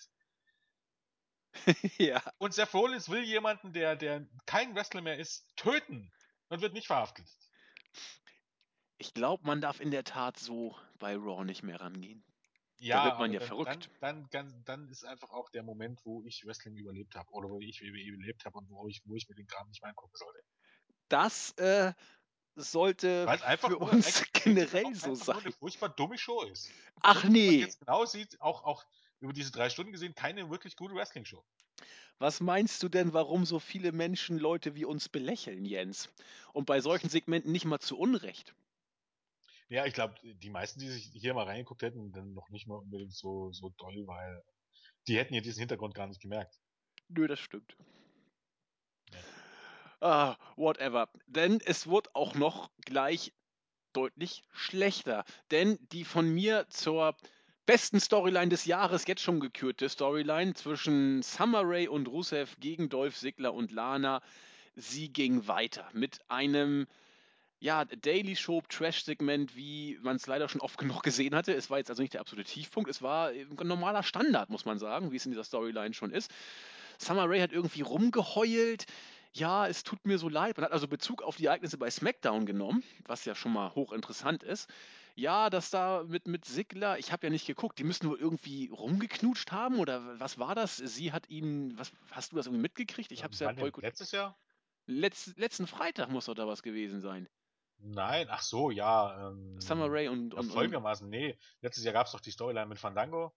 Ja.
Und Seth Rollins will jemanden, der kein Wrestler mehr ist, töten. Und wird nicht verhaftet.
Ich glaube, man darf in der Tat so bei Raw nicht mehr rangehen. Da
Ja,
wird man
aber
ja verrückt.
dann ist einfach auch der Moment, wo ich Wrestling überlebt habe. Oder wo ich WWE überlebt habe und wo ich mir den Kram nicht mehr angucken sollte.
Das sollte
Weil es
für
einfach nur,
uns
eigentlich
generell
auch
so
einfach nur eine
sein.
furchtbar dumme Show ist.
Ach
Wirklich, wenn man
nee,
jetzt genau sieht, auch über diese 3 Stunden gesehen, keine wirklich gute Wrestling-Show.
was meinst du denn, warum so viele Menschen Leute wie uns belächeln, Jens? Und bei solchen Segmenten nicht mal zu Unrecht.
Ja, ich glaube, die meisten, die sich hier mal reingeguckt hätten, dann noch nicht mal unbedingt so doll, weil die hätten ja diesen Hintergrund gar nicht gemerkt.
Nö, das stimmt.
Ja.
Ah, whatever. Denn es wird auch noch gleich deutlich schlechter. Denn die von mir zur besten Storyline des Jahres jetzt schon gekürte Storyline zwischen Summer Rae und Rusev gegen Dolph Ziggler und Lana, sie ging weiter mit einem ja, Daily Soap Trash-Segment, wie man es leider schon oft genug gesehen hatte. Es war jetzt also nicht der absolute Tiefpunkt, es war ein normaler Standard, muss man sagen, wie es in dieser Storyline schon ist. Summer Rae hat irgendwie rumgeheult. Ja, es tut mir so leid. Man hat also Bezug auf die Ereignisse bei SmackDown genommen, was ja schon mal hochinteressant ist. Ja, dass da mit Sigler, ich habe ja nicht geguckt, die müssen wohl irgendwie rumgeknutscht haben oder was war das? Sie hat ihn, was hast du das irgendwie mitgekriegt? Ich habe es ja
Wann denn?
boykottiert.
Letztes Jahr?
Letzten Freitag muss doch da was gewesen sein.
Nein, ach so, ja.
Summer Rae und,
Ja,
und
folgendermaßen, nee. Letztes Jahr gab es doch die Storyline mit Fandango.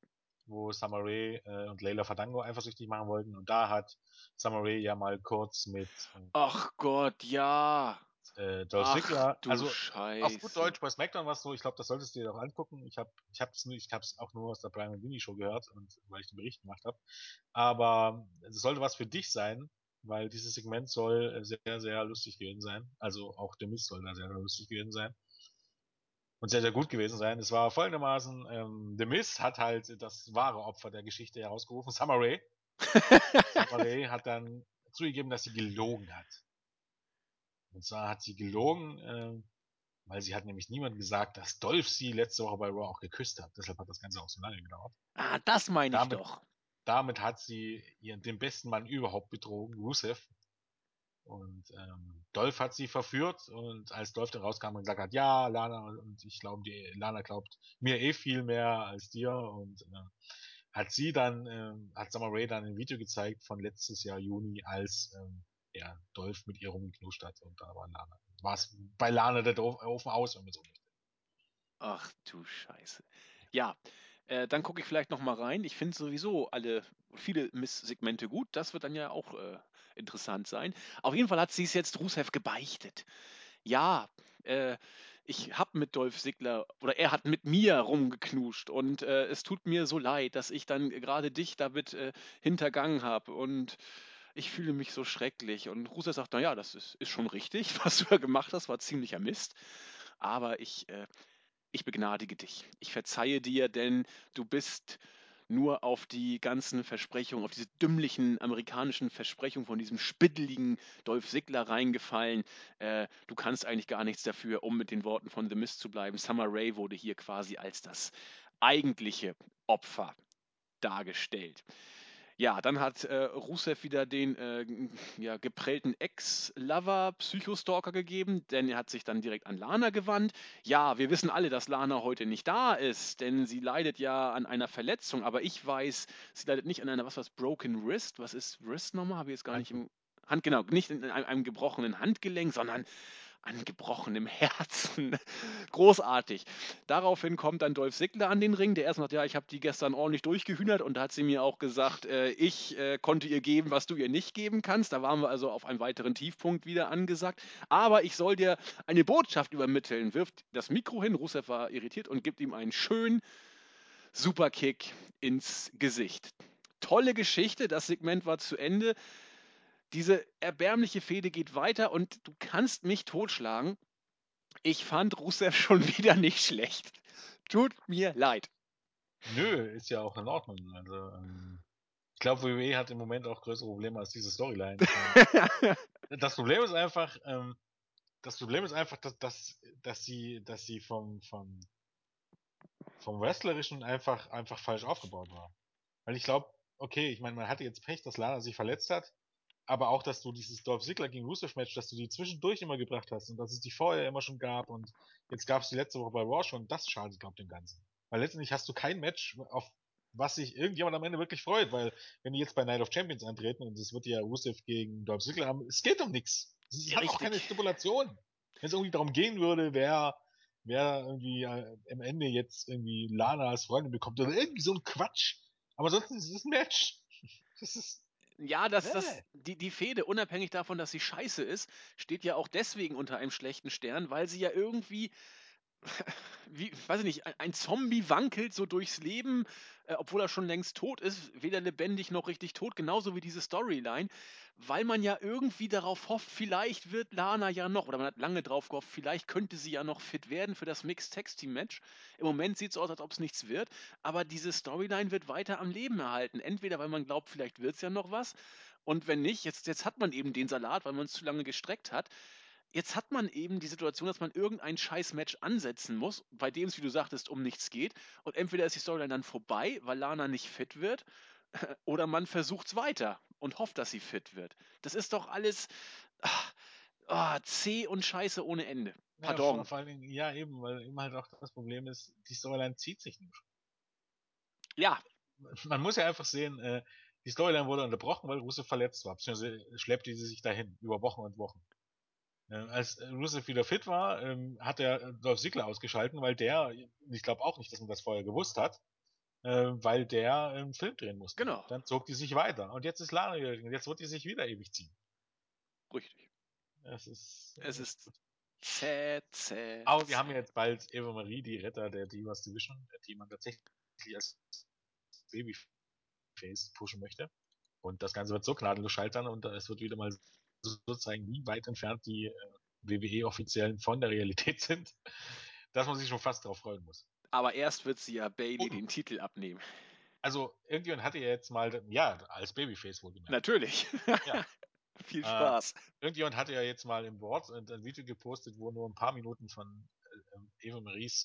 wo Summer Rae und Layla Fandango eifersüchtig machen wollten. Und da hat Summer Rae ja mal kurz mit
Ach Gott, ja.
Dolph
Ach
Ziggler,
du
also auf gut
Scheiße.
Deutsch bei SmackDown war es so, ich glaube, das solltest du dir doch angucken. Ich hab's auch nur aus der Brian und Vinny Show gehört und weil ich den Bericht gemacht habe. Aber es sollte was für dich sein, weil dieses Segment soll sehr, sehr lustig gewesen sein. Also auch der Mist soll da sehr, sehr lustig gewesen sein und sehr, sehr gut gewesen sein. Es war folgendermaßen, The Miz hat halt das wahre Opfer der Geschichte herausgerufen, Summer Rae. Summer Rae hat dann zugegeben, dass sie gelogen hat. Und zwar hat sie gelogen, weil sie hat nämlich niemandem gesagt, dass Dolph sie letzte Woche bei Raw auch geküsst hat. Deshalb hat das Ganze auch so lange gedauert.
Ah, das meine ich
Damit,
doch.
damit hat sie den besten Mann überhaupt betrogen, Rusev. Und Dolph hat sie verführt und als Dolph dann rauskam und gesagt hat, ja, Lana, und ich glaube, die Lana glaubt mir eh viel mehr als dir und hat Summer Rae dann ein Video gezeigt von letztes Jahr Juni, als ja, Dolph mit ihr rumgeknutscht hat und da war es bei Lana der Ofen aus, wenn man so möchte.
Ach du Scheiße. Ja, dann gucke ich vielleicht noch mal rein. Ich finde sowieso viele Miss-Segmente gut. Das wird dann ja auch interessant sein. Auf jeden Fall hat sie es jetzt Rusev gebeichtet. Ja, äh, ich habe mit Dolph Ziggler oder er hat mit mir rumgeknutscht und es tut mir so leid, dass ich dann gerade dich damit hintergangen habe und ich fühle mich so schrecklich. Und Rusev sagt, naja, das ist schon richtig, was du da gemacht hast, war ziemlicher Mist. Aber ich begnadige dich. Ich verzeihe dir, denn du bist nur auf die ganzen Versprechungen, auf diese dümmlichen amerikanischen Versprechungen von diesem spitteligen Dolph Ziggler reingefallen. Du kannst eigentlich gar nichts dafür, um mit den Worten von The Mist zu bleiben. Summer Rae wurde hier quasi als das eigentliche Opfer dargestellt. Ja, dann hat Rusev wieder den ja, geprellten Ex-Lover Psychostalker gegeben, denn er hat sich dann direkt an Lana gewandt. Ja, wir wissen alle, dass Lana heute nicht da ist, denn sie leidet ja an einer Verletzung, aber ich weiß, sie leidet nicht an einer, was Broken Wrist? Was ist Wrist nochmal? Habe ich jetzt gar nicht
Handtuch.
im Hand, genau, nicht in einem gebrochenen Handgelenk, sondern an gebrochenem Herzen. Großartig. Daraufhin kommt dann Dolph Ziggler an den Ring, der erst sagt, ja, ich habe die gestern ordentlich durchgehühnert und da hat sie mir auch gesagt, ich konnte ihr geben, was du ihr nicht geben kannst. Da waren wir also auf einen weiteren Tiefpunkt wieder angesagt. Aber ich soll dir eine Botschaft übermitteln. Wirft das Mikro hin, Rusev war irritiert und gibt ihm einen schönen Superkick ins Gesicht. Tolle Geschichte, das Segment war zu Ende. Diese erbärmliche Fehde geht weiter und du kannst mich totschlagen. Ich fand Rusev schon wieder nicht schlecht. Tut mir leid.
Nö, ist ja auch in Ordnung. Also, ich glaube, WWE hat im Moment auch größere Probleme als diese Storyline. Ich meine, das Problem ist einfach, dass sie vom Wrestlerischen einfach falsch aufgebaut war. Weil ich glaube, okay, ich meine, man hatte jetzt Pech, dass Lana sich verletzt hat, aber auch, dass du dieses Dolph Ziggler gegen Rusev Match, dass du die zwischendurch immer gebracht hast und dass es die vorher immer schon gab und jetzt gab es die letzte Woche bei Raw schon, das schadet, glaube ich, dem Ganzen. Weil letztendlich hast du kein Match, auf was sich irgendjemand am Ende wirklich freut, weil wenn die jetzt bei Night of Champions antreten und es wird ja Rusev gegen Dolph Ziggler haben, es geht um nichts. Es hat auch keine
Richtig.
Stipulation. Wenn es irgendwie darum gehen würde, wer irgendwie am Ende jetzt irgendwie Lana als Freundin bekommt oder irgendwie so ein Quatsch. Aber ansonsten ist es ein Match. Das ist.
Ja,
Äh.
die Fehde, unabhängig davon, dass sie scheiße ist, steht ja auch deswegen unter einem schlechten Stern, weil sie ja irgendwie wie, weiß ich nicht, ein Zombie wankelt so durchs Leben, obwohl er schon längst tot ist, weder lebendig noch richtig tot, genauso wie diese Storyline, weil man ja irgendwie darauf hofft, vielleicht wird Lana ja noch, oder man hat lange drauf gehofft, vielleicht könnte sie ja noch fit werden für das Mixed Tag Team Match. Im Moment sieht es so aus, als ob es nichts wird, aber diese Storyline wird weiter am Leben erhalten. Entweder weil man glaubt, vielleicht wird es ja noch was, und wenn nicht, jetzt hat man eben den Salat, weil man es zu lange gestreckt hat. Jetzt hat man eben die Situation, dass man irgendein Scheiß-Match ansetzen muss, bei dem es, wie du sagtest, um nichts geht. Und entweder ist die Storyline dann vorbei, weil Lana nicht fit wird, oder man versucht es weiter und hofft, dass sie fit wird. Das ist doch alles zäh und Scheiße ohne Ende.
Ja,
Pardon.
vor allen Dingen, ja, eben, weil eben halt auch das Problem ist, die Storyline zieht sich nicht.
Ja,
Man muss ja einfach sehen, die Storyline wurde unterbrochen, weil Rusev verletzt war, beziehungsweise schleppte sie sich dahin, über Wochen und Wochen. Als Rusev wieder fit war, hat er Dolph Ziggler ausgeschalten, weil der, ich glaube auch nicht, dass man das vorher gewusst hat, weil der einen Film drehen musste.
Genau,
Dann zog die sich weiter. Und jetzt ist Lana und jetzt wird die sich wieder ewig ziehen.
richtig.
Das ist
Es
echt
ist
gut.
zäh, zäh,
Aber wir
zäh.
haben ja jetzt bald Eva Marie, die Retter der Divas Division, die man tatsächlich als Babyface pushen möchte. Und das Ganze wird so gnadenlos scheitern und es wird wieder mal so zeigen, wie weit entfernt die WWE-Offiziellen von der Realität sind, dass man sich schon fast drauf freuen muss.
Aber erst wird sie ja Bailey
Und,
den Titel abnehmen.
also, irgendjemand hatte ja jetzt mal, ja, als Babyface wohlgemerkt.
Natürlich.
Ja.
Viel
Äh,
Spaß.
irgendjemand hatte ja jetzt mal im Board ein Video gepostet, wo nur ein paar Minuten von Eva Maries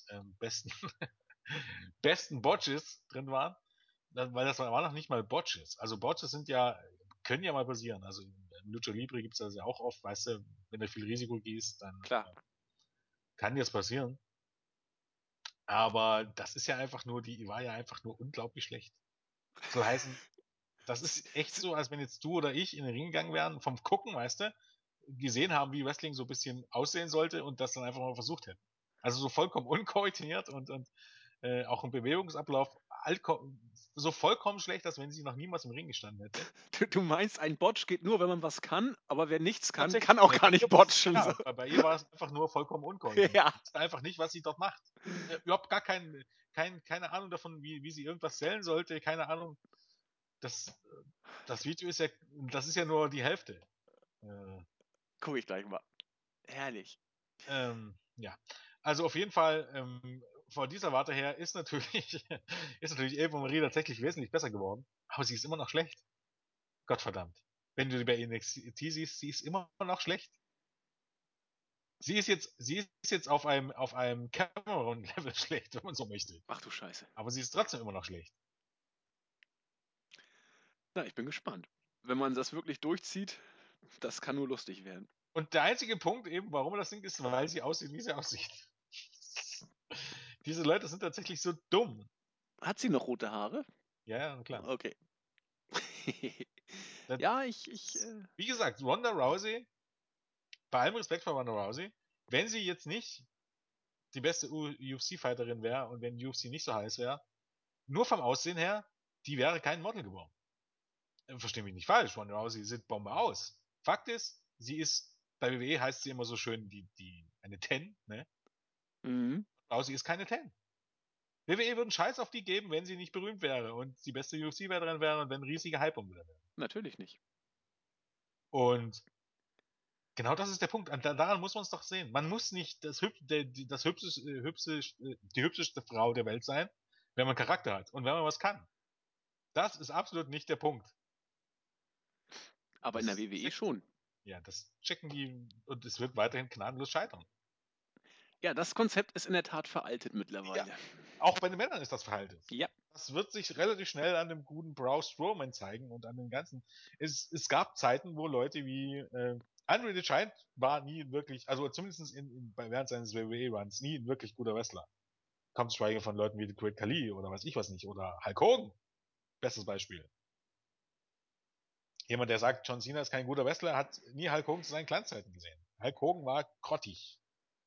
besten Botches drin waren. Weil das war noch nicht mal Botches. Also Botches können ja mal passieren. Also in Lucha Libre gibt es das ja auch oft, weißt du, wenn du viel Risiko gehst, dann
Klar.
kann dir das passieren. Aber das ist ja einfach nur, die war ja einfach nur unglaublich schlecht. Soll heißen, das
Sie,
ist echt
sie,
so, als wenn jetzt du oder ich in den Ring gegangen wären, vom Gucken, weißt du, gesehen haben, wie Wrestling so ein bisschen aussehen sollte und das dann einfach mal versucht hätten. Also so vollkommen unkoordiniert und auch im Bewegungsablauf so vollkommen schlecht, als wenn sie noch niemals im Ring gestanden hätte.
du meinst, ein Botch geht nur, wenn man was kann, aber wer nichts kann,
Tatsächlich,
kann auch
ne,
gar nicht botchen. So.
bei ihr war es einfach nur vollkommen unkoordiniert.
Ja.
Sie wusste einfach nicht, was sie dort macht. Überhaupt gar keine Ahnung davon, wie sie irgendwas sellen sollte, keine Ahnung. Das, das Video ist ja, das ist ja nur die Hälfte. Äh,
Guck ich gleich mal. Herrlich.
ja. Also auf jeden Fall, vor dieser Warte her ist natürlich, ist natürlich Eva Marie tatsächlich wesentlich besser geworden. Aber sie ist immer noch schlecht. Gottverdammt. Wenn du die bei NXT siehst, sie ist immer noch schlecht. Sie ist jetzt auf einem Cameron-Level schlecht, wenn man so möchte.
Ach du Scheiße.
Aber sie ist trotzdem immer noch schlecht.
Na, ich bin gespannt. Wenn man das wirklich durchzieht, das kann nur lustig werden.
Und der einzige Punkt eben, warum das Ding ist, weil sie aussieht, wie sie aussieht. Diese Leute sind tatsächlich so dumm.
Hat sie noch rote Haare?
Ja, ja, klar.
Okay.
Das,
Ja, ich.
wie gesagt, Ronda Rousey, bei allem Respekt vor Ronda Rousey, wenn sie jetzt nicht die beste UFC-Fighterin wäre und wenn UFC nicht so heiß wäre, nur vom Aussehen her, die wäre kein Model geworden. Versteh mich nicht falsch, Ronda Rousey sieht Bombe aus. Fakt ist, sie ist, bei WWE heißt sie immer so schön, eine 10, ne?
Mhm.
Rousey ist keine 10. WWE würde einen Scheiß auf die geben, wenn sie nicht berühmt wäre und die beste UFC-Wrestlerin wäre und wenn ein riesiger Hype um wäre.
Natürlich nicht.
Und genau das ist der Punkt. Daran muss man es doch sehen. Man muss nicht die hübscheste Frau der Welt sein, wenn man Charakter hat und wenn man was kann. Das ist absolut nicht der Punkt.
Aber in der
Das
WWE
checken,
schon.
ja, das checken die und es wird weiterhin gnadenlos scheitern.
Ja, das Konzept ist in der Tat veraltet
Ja,
mittlerweile.
auch bei den Männern ist das verhalten.
Ja.
Das wird sich relativ schnell an dem guten Braun Strowman zeigen und an den ganzen. Es gab Zeiten, wo Leute wie Andre the Giant war nie wirklich, also zumindest während seines WWE-Runs, nie ein wirklich guter Wrestler. Kommt schweige von Leuten wie The Great Khali oder weiß ich was nicht. Oder Hulk Hogan. Bestes Beispiel. Jemand, der sagt, John Cena ist kein guter Wrestler, hat nie Hulk Hogan zu seinen Glanzzeiten gesehen. Hulk Hogan war grottig.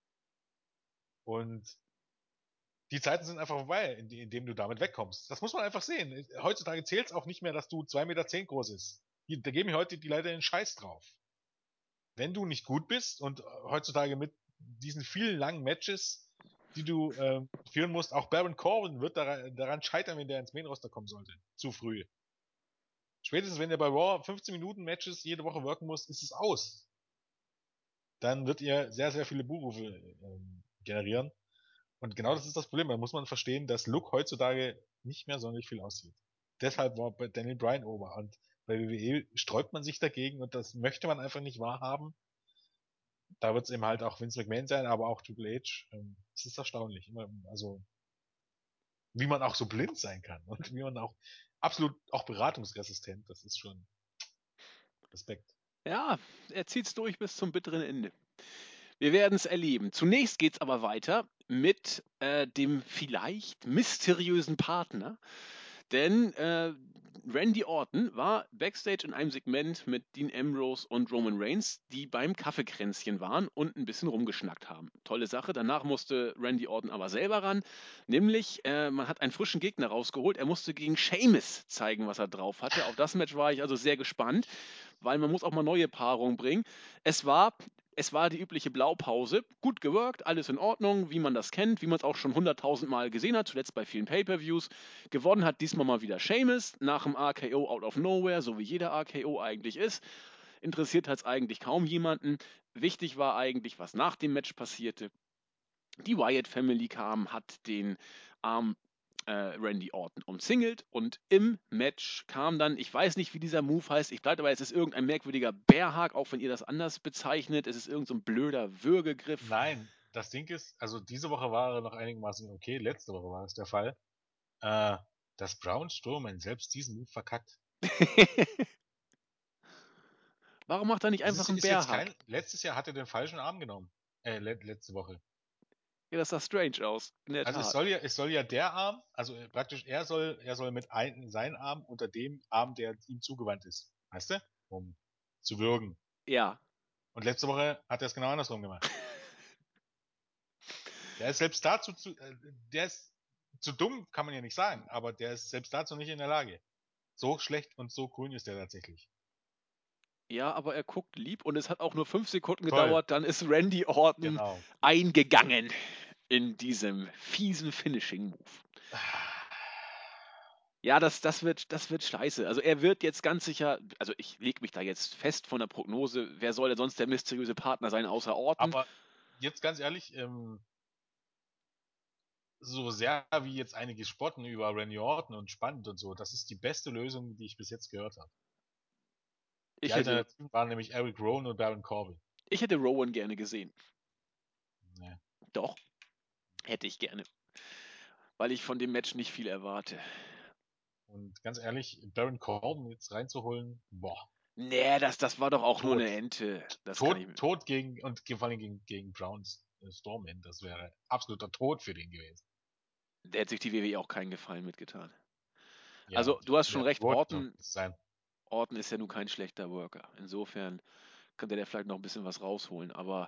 Und die Zeiten sind einfach vorbei, in dem du damit wegkommst. Das muss man einfach sehen. Heutzutage zählt es auch nicht mehr, dass du 2,10 Meter groß ist. Da geben mir heute die Leute den Scheiß drauf. Wenn du nicht gut bist und heutzutage mit diesen vielen langen Matches, die du führen musst, auch Baron Corbin wird daran scheitern, wenn der ins Main Roster kommen sollte. Zu früh. Spätestens wenn er bei Raw 15 Minuten Matches jede Woche worken muss, ist es aus. Dann wird er sehr, sehr viele Buhrufe generieren. Und genau das ist das Problem. Da muss man verstehen, dass Look heutzutage nicht mehr sonderlich viel aussieht. Deshalb war bei Daniel Bryan over. Und bei WWE sträubt man sich dagegen und das möchte man einfach nicht wahrhaben. Da wird es eben halt auch Vince McMahon sein, aber auch Triple H. Es ist erstaunlich. Also, wie man auch so blind sein kann und wie man auch absolut auch beratungsresistent, das ist schon Respekt.
Ja, er zieht's durch bis zum bitteren Ende. Wir werden es erleben. Zunächst geht's aber weiter mit dem vielleicht mysteriösen Partner. Denn Randy Orton war backstage in einem Segment mit Dean Ambrose und Roman Reigns, die beim Kaffeekränzchen waren und ein bisschen rumgeschnackt haben. Tolle Sache. Danach musste Randy Orton aber selber ran. Nämlich, man hat einen frischen Gegner rausgeholt. Er musste gegen Sheamus zeigen, was er drauf hatte. Auf das Match war ich also sehr gespannt, weil man muss auch mal neue Paarungen bringen. Es war, es war die übliche Blaupause. Gut geworkt, alles in Ordnung, wie man das kennt, wie man es auch schon 100.000 Mal gesehen hat, zuletzt bei vielen Pay-Per-Views. Gewonnen hat diesmal mal wieder Sheamus nach dem RKO out of nowhere, so wie jeder RKO eigentlich ist. Interessiert hat es eigentlich kaum jemanden. Wichtig war eigentlich, was nach dem Match passierte. Die Wyatt Family kam, hat den armen Randy Orton umzingelt und im Match kam dann, ich weiß nicht, wie dieser Move heißt, ich bleibe dabei, es ist irgendein merkwürdiger Bearhug, auch wenn ihr das anders bezeichnet. Es ist irgendein so ein blöder Würgegriff.
Nein, das Ding ist, also diese Woche war er noch einigermaßen okay, letzte Woche war es der Fall, äh, dass Braun Strowman selbst diesen Move verkackt.
Warum macht er nicht
Dieses
einfach einen
ist jetzt
Bearhug?
letztes Jahr hat er den falschen Arm genommen. Letzte Woche.
Ja, das sah strange aus, in der
Also
Tat.
es soll ja der Arm, also praktisch er soll mit seinen Arm unter dem Arm, der ihm zugewandt ist. Weißt du? Um zu würgen.
Ja.
Und letzte Woche hat er es genau andersrum gemacht. Der ist selbst dazu der ist zu dumm, kann man ja nicht sagen, aber der ist selbst dazu nicht in der Lage. So schlecht und so grün ist der tatsächlich.
Ja, aber er guckt lieb und es hat auch nur 5 Sekunden
Toll,
gedauert, dann ist Randy Orton
genau.
eingegangen in diesem fiesen Finishing-Move. Ja, das wird scheiße. Also er wird jetzt ganz sicher, also ich lege mich da jetzt fest von der Prognose, wer soll denn sonst der mysteriöse Partner sein außer Orton?
Aber jetzt ganz ehrlich, so sehr wie jetzt einige spotten über Randy Orton und spannend und so, das ist die beste Lösung, die ich bis jetzt gehört habe. Die
Ich hätte,
Alternativen waren nämlich Eric Rowan und Baron Corbin.
ich hätte Rowan gerne gesehen.
Nee.
Doch, hätte ich gerne, weil ich von dem Match nicht viel erwarte.
Und ganz ehrlich, Baron Corbin jetzt reinzuholen, boah,
Nee, das war doch auch nur
tot.
eine Ente. Das kann ich mir.
Tot gegen, und vor allem gegen Browns Stormwind, das wäre absoluter Tod für den gewesen.
Der hätte sich die WWE auch keinen Gefallen mitgetan.
Ja,
Also, du hast schon
wäre
recht,
gewohnt so zu sein.
Orton ist ja nun kein schlechter Worker. Insofern könnte der vielleicht noch ein bisschen was rausholen. Aber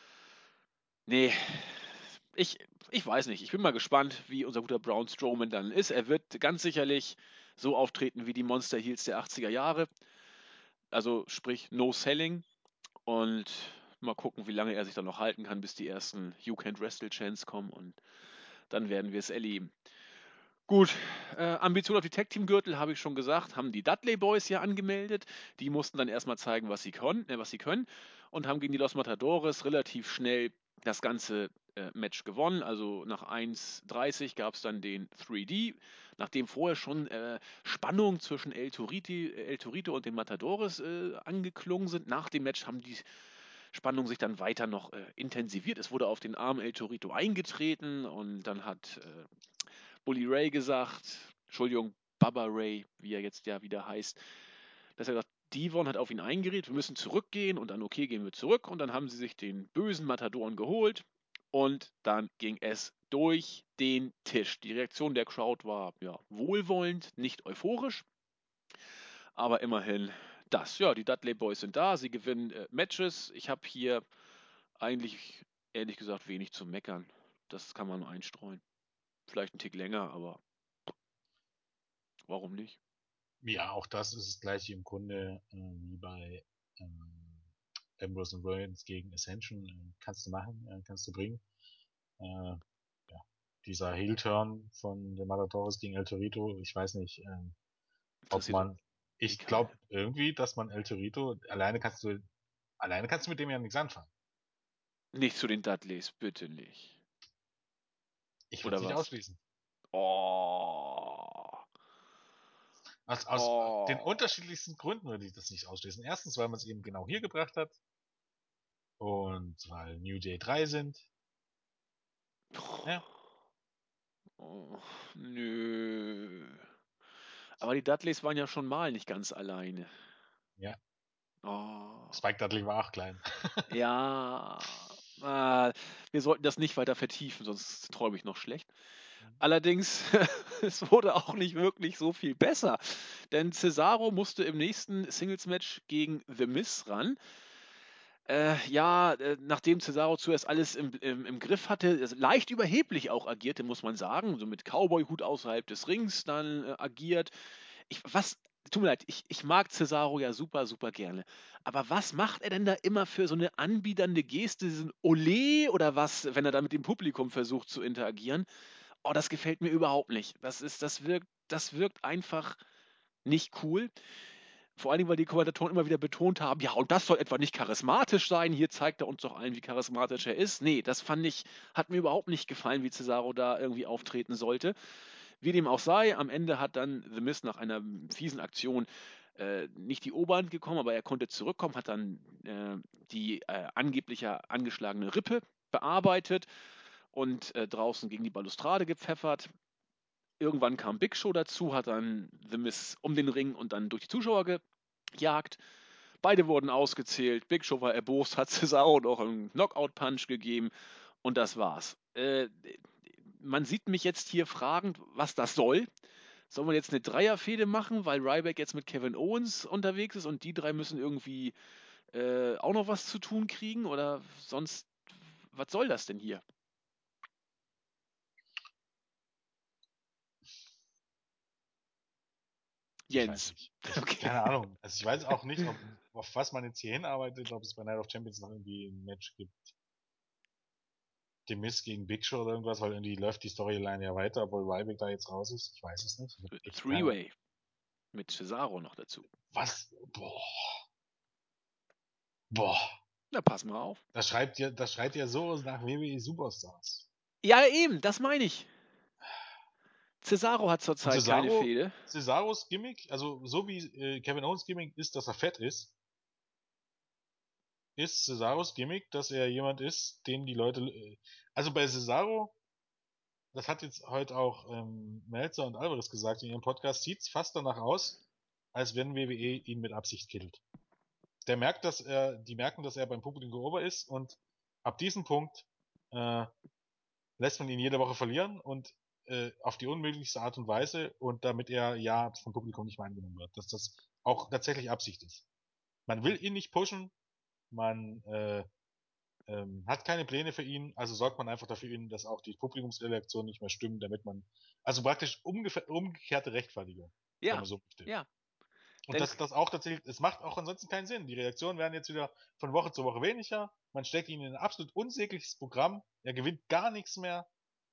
nee, ich, ich weiß nicht. Ich bin mal gespannt, wie unser guter Braun Strowman dann ist. Er wird ganz sicherlich so auftreten wie die Monster Heels der 80er Jahre. Also sprich No Selling. Und mal gucken, wie lange er sich dann noch halten kann, bis die ersten You Can't Wrestle Chants kommen. Und dann werden wir es erleben. Gut, Ambition auf die Tag-Team-Gürtel habe ich schon gesagt, haben die Dudley Boys ja angemeldet. Die mussten dann erstmal zeigen, was sie können und haben gegen die Los Matadores relativ schnell das ganze Match gewonnen. Also nach 1:30 gab es dann den 3D, nachdem vorher schon Spannungen zwischen El Torito und den Matadores angeklungen sind. Nach dem Match haben die Spannungen sich dann weiter noch intensiviert. Es wurde auf den Arm El Torito eingetreten und dann hat Bully Ray gesagt, Entschuldigung, Baba Ray, wie er jetzt ja wieder heißt, dass er gesagt, Devon hat auf ihn eingeredet, wir müssen zurückgehen und dann okay, gehen wir zurück und dann haben sie sich den bösen Matadoren geholt und dann ging es durch den Tisch. Die Reaktion der Crowd war ja wohlwollend, nicht euphorisch, aber immerhin das. Ja, die Dudley Boys sind da, sie gewinnen Matches. Ich habe hier eigentlich ehrlich gesagt wenig zu meckern. Das kann man einstreuen. Vielleicht ein Tick länger, aber warum nicht?
Ja, auch das ist das gleiche im Grunde wie bei ähm, Ambrose und Reigns gegen Ascension. Kannst du machen, kannst du bringen. Äh, ja. Dieser Heel-Turn von den Matadores gegen El Torito, ich weiß nicht, ob
Interessiert
man,
eh
ich
keinen.
glaube irgendwie, dass man El Torito, alleine kannst du mit dem ja nichts anfangen.
Nicht zu den Dudleys, bitte nicht.
Ich würde es
Oder
nicht
was?
ausschließen.
Oh.
Aus den
Oh.
unterschiedlichsten Gründen würde ich das nicht ausschließen. Erstens, weil man es eben genau hier gebracht hat und weil New Day 3 sind. Ja,
Oh. Nö. Aber die Dudleys waren ja schon mal nicht ganz alleine.
ja.
Oh.
Spike Dudley war auch klein.
Ja. Wir sollten das nicht weiter vertiefen, sonst träume ich noch schlecht.
Mhm.
Allerdings, es wurde auch nicht wirklich so viel besser, denn Cesaro musste im nächsten Singles-Match gegen The Miz ran. Nachdem Cesaro zuerst alles im Griff hatte, leicht überheblich auch agierte, muss man sagen, so mit Cowboy-Hut außerhalb des Rings dann agiert. Tut mir leid, ich mag Cesaro ja super, super gerne. Aber was macht er denn da immer für so eine anbiedernde Geste, diesen Olé oder was, wenn er da mit dem Publikum versucht zu interagieren? Oh, das gefällt mir überhaupt nicht. Das wirkt einfach nicht cool. Vor allen Dingen, weil die Kommentatoren immer wieder betont haben, ja, und das soll etwa nicht charismatisch sein. Hier zeigt er uns doch allen, wie charismatisch er ist. Nee, das fand ich, hat mir überhaupt nicht gefallen, wie Cesaro da irgendwie auftreten sollte. Wie dem auch sei, am Ende hat dann The Miz nach einer fiesen Aktion nicht die Oberhand gekommen, aber er konnte zurückkommen, hat dann die angeblich ja angeschlagene Rippe bearbeitet und draußen gegen die Balustrade gepfeffert. Irgendwann kam Big Show dazu, hat dann The Miz um den Ring und dann durch die Zuschauer gejagt. Beide wurden ausgezählt. Big Show war erbost, hat Cesaro noch einen Knockout-Punch gegeben und das war's. Man sieht mich jetzt hier fragend, was das soll. Soll man jetzt eine Dreierfehde machen, weil Ryback jetzt mit Kevin Owens unterwegs ist und die drei müssen irgendwie auch noch was zu tun kriegen? Oder sonst, was soll das denn hier?
Ich weiß
Jens.
nicht.
Okay.
Keine Ahnung. Also ich weiß auch nicht, auf was man jetzt hier hinarbeitet, ob es bei Night of Champions noch irgendwie ein Match gibt. Miz gegen Big Show oder irgendwas, weil irgendwie läuft die Storyline ja weiter, obwohl Ryback da jetzt raus ist. Ich weiß es nicht. Ich hab echt keine.
Three-Way mit Cesaro noch dazu.
Was? Boah. Boah.
Na, pass mal auf.
Das schreit ja so nach WWE Superstars.
Ja, eben, das meine ich. Cesaro hat
Und
zurzeit keine Fehde.
Cesaros Gimmick, also so wie Kevin Owens Gimmick ist, dass er fett ist Cesaros Gimmick, dass er jemand ist, den die Leute. Also bei Cesaro, das hat jetzt heute auch Meltzer und Alvarez gesagt in ihrem Podcast, sieht's fast danach aus, als wenn WWE ihn mit Absicht killt. Die merken, dass er beim Publikum over ist und ab diesem Punkt äh, lässt man ihn jede Woche verlieren und auf die unmöglichste Art und Weise und damit er ja vom Publikum nicht mehr angenommen wird. Dass das auch tatsächlich Absicht ist. Man will ihn nicht pushen, man hat keine Pläne für ihn, also sorgt man einfach dafür, dass auch die Publikumsreaktionen nicht mehr stimmen, damit man, also praktisch umgekehrte Rechtfertigung, wenn
Ja,
man so möchte.
ja.
Und
Denn
das auch tatsächlich, es macht auch ansonsten keinen Sinn. Die Reaktionen werden jetzt wieder von Woche zu Woche weniger. Man steckt ihn in ein absolut unsägliches Programm. Er gewinnt gar nichts mehr.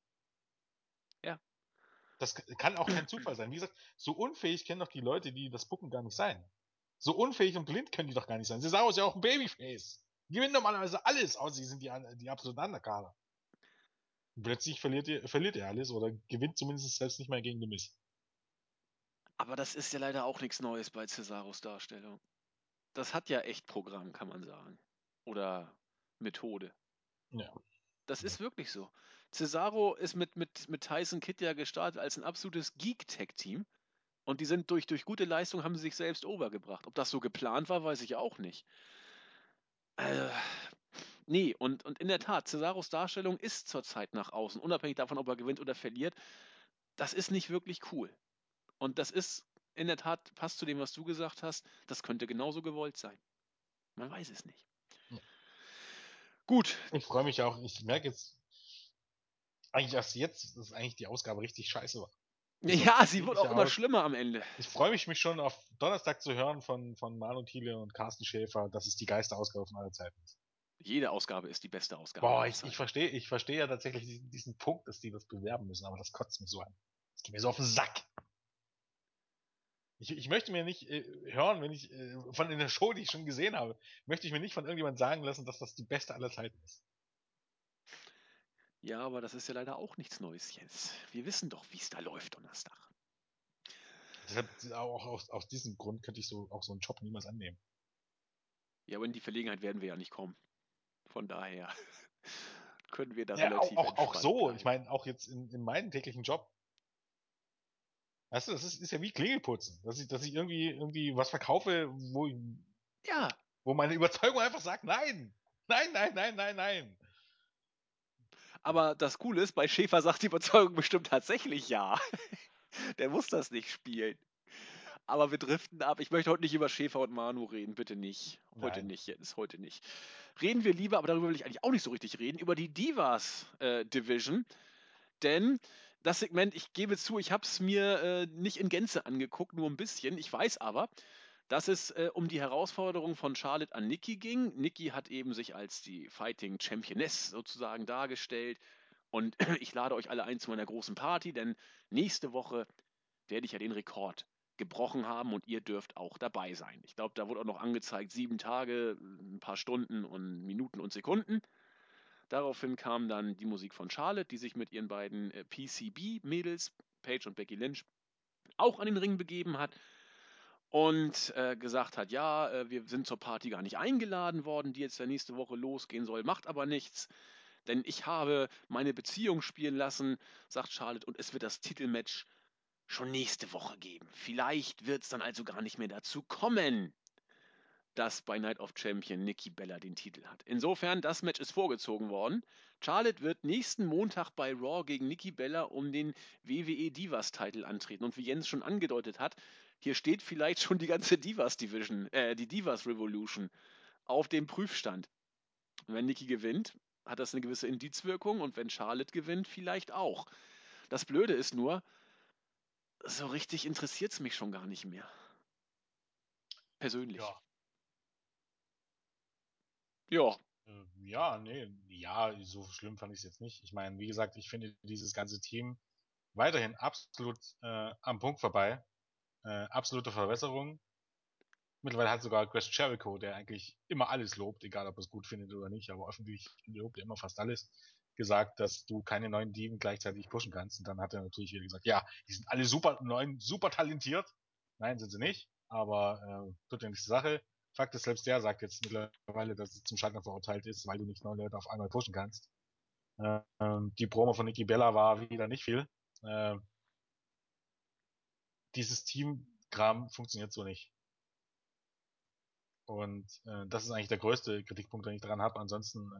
ja.
Das kann auch kein Zufall sein. Wie gesagt, so unfähig können doch die Leute, die das bucken, gar nicht sein. So unfähig und blind können die doch gar nicht sein. Cesaro ist ja auch ein Babyface. Die gewinnen normalerweise alles, außer sie sind die absoluten Underkader. Und plötzlich verliert er alles oder gewinnt zumindest selbst nicht mehr gegen The Miz.
Aber das ist ja leider auch nichts Neues bei Cesaros Darstellung. Das hat ja echt Programm, kann man sagen. Oder Methode.
Ja.
Das ist wirklich so. Cesaro ist mit Tyson Kidd ja gestartet als ein absolutes Geek-Tech-Team. Und die sind durch gute Leistung haben sie sich selbst overgebracht. Ob das so geplant war, weiß ich auch nicht. Äh, nee, und in der Tat, Cesaros Darstellung ist zurzeit nach außen, unabhängig davon, ob er gewinnt oder verliert, das ist nicht wirklich cool. Und das ist in der Tat, passt zu dem, was du gesagt hast, das könnte genauso gewollt sein. Man weiß es nicht.
Ja.
Gut.
Ich freue mich auch. Ich merke jetzt eigentlich erst jetzt, dass eigentlich die Ausgabe richtig scheiße war. Die ist
Ja, sie wird auch
jeglicher
immer
aus.
schlimmer am Ende.
Ich freue mich schon auf Donnerstag zu hören von Manu Thiele und Carsten Schäfer, dass es die geilste Ausgabe von aller Zeiten ist.
Jede Ausgabe ist die beste Ausgabe
Boah,
aller Zeiten.
ich verstehe ja tatsächlich diesen Punkt, dass die das bewerben müssen, aber das kotzt mich so an. Das geht mir so auf den Sack. Ich möchte mir nicht hören, wenn ich von in der Show, die ich schon gesehen habe, möchte ich mir nicht von irgendjemand sagen lassen, dass das die beste aller Zeiten ist.
Ja, aber das ist ja leider auch nichts Neues, Jens. Wir wissen doch, wie es da läuft Donnerstag.
Deshalb auch aus diesem Grund könnte ich so auch so einen Job niemals annehmen.
Ja, aber in die Verlegenheit werden wir ja nicht kommen. Von daher können wir da
Ja,
relativ
auch
entspannt
so. Ich
bleiben.
meine, auch jetzt in meinem täglichen Job. Weißt du, ist ja wie Klingelputzen. Dass ich irgendwie was verkaufe,
Ja,
wo meine Überzeugung einfach sagt, nein! Nein, nein, nein, nein, nein.
Aber das Coole ist, bei Schäfer sagt die Überzeugung bestimmt tatsächlich ja. Der muss das nicht spielen. Aber wir driften ab. Ich möchte heute nicht über Schäfer und Manu reden. Bitte nicht. Heute
Nein.
nicht, Jens. Heute nicht. Reden wir lieber, aber darüber will ich eigentlich auch nicht so richtig reden, über die Divas Division. Denn das Segment, ich gebe zu, ich habe es mir nicht in Gänze angeguckt, nur ein bisschen. Ich weiß aber, dass es um die Herausforderung von Charlotte an Nikki ging. Nikki hat eben sich als die Fighting Championess sozusagen dargestellt. Und ich lade euch alle ein zu meiner großen Party, denn nächste Woche werde ich ja den Rekord gebrochen haben und ihr dürft auch dabei sein. Ich glaube, da wurde auch noch angezeigt 7 Tage, ein paar Stunden und Minuten und Sekunden. Daraufhin kam dann die Musik von Charlotte, die sich mit ihren beiden PCB-Mädels, Paige und Becky Lynch, auch an den Ring begeben hat und gesagt hat, ja, wir sind zur Party gar nicht eingeladen worden, die jetzt ja nächste Woche losgehen soll, macht aber nichts, denn ich habe meine Beziehung spielen lassen, sagt Charlotte, und es wird das Titelmatch schon nächste Woche geben. Vielleicht wird es dann also gar nicht mehr dazu kommen, dass bei Night of Champion Nikki Bella den Titel hat. Insofern, das Match ist vorgezogen worden. Charlotte wird nächsten Montag bei Raw gegen Nikki Bella um den WWE Divas Titel antreten. Und wie Jens schon angedeutet hat, hier steht vielleicht schon die ganze Divas Division, die Divas Revolution auf dem Prüfstand. Wenn Nikki gewinnt, hat das eine gewisse Indizwirkung und wenn Charlotte gewinnt, vielleicht auch. Das Blöde ist nur, so richtig interessiert es mich schon gar nicht mehr. Persönlich.
Ja.
Ja,
Ja, nee, ja, so schlimm fand ich es jetzt nicht. Ich meine, wie gesagt, ich finde dieses ganze Team weiterhin absolut am Punkt vorbei. Absolute Verbesserung. Mittlerweile hat sogar Chris Jericho, der eigentlich immer alles lobt, egal ob er es gut findet oder nicht, aber öffentlich lobt er immer fast alles, gesagt, dass du keine neuen Diven gleichzeitig pushen kannst. Und dann hat er natürlich wieder gesagt, ja, die sind alle super neun, super talentiert. Nein, sind sie nicht, aber tut ja nichts zur Sache. Fakt ist, selbst der sagt jetzt mittlerweile, dass es zum Scheitern verurteilt ist, weil du nicht 9 Leute auf einmal pushen kannst. Die Promo von Nikki Bella war wieder nicht viel. Äh, dieses Team-Kram funktioniert so nicht. Und das ist eigentlich der größte Kritikpunkt, den ich daran habe. Ansonsten,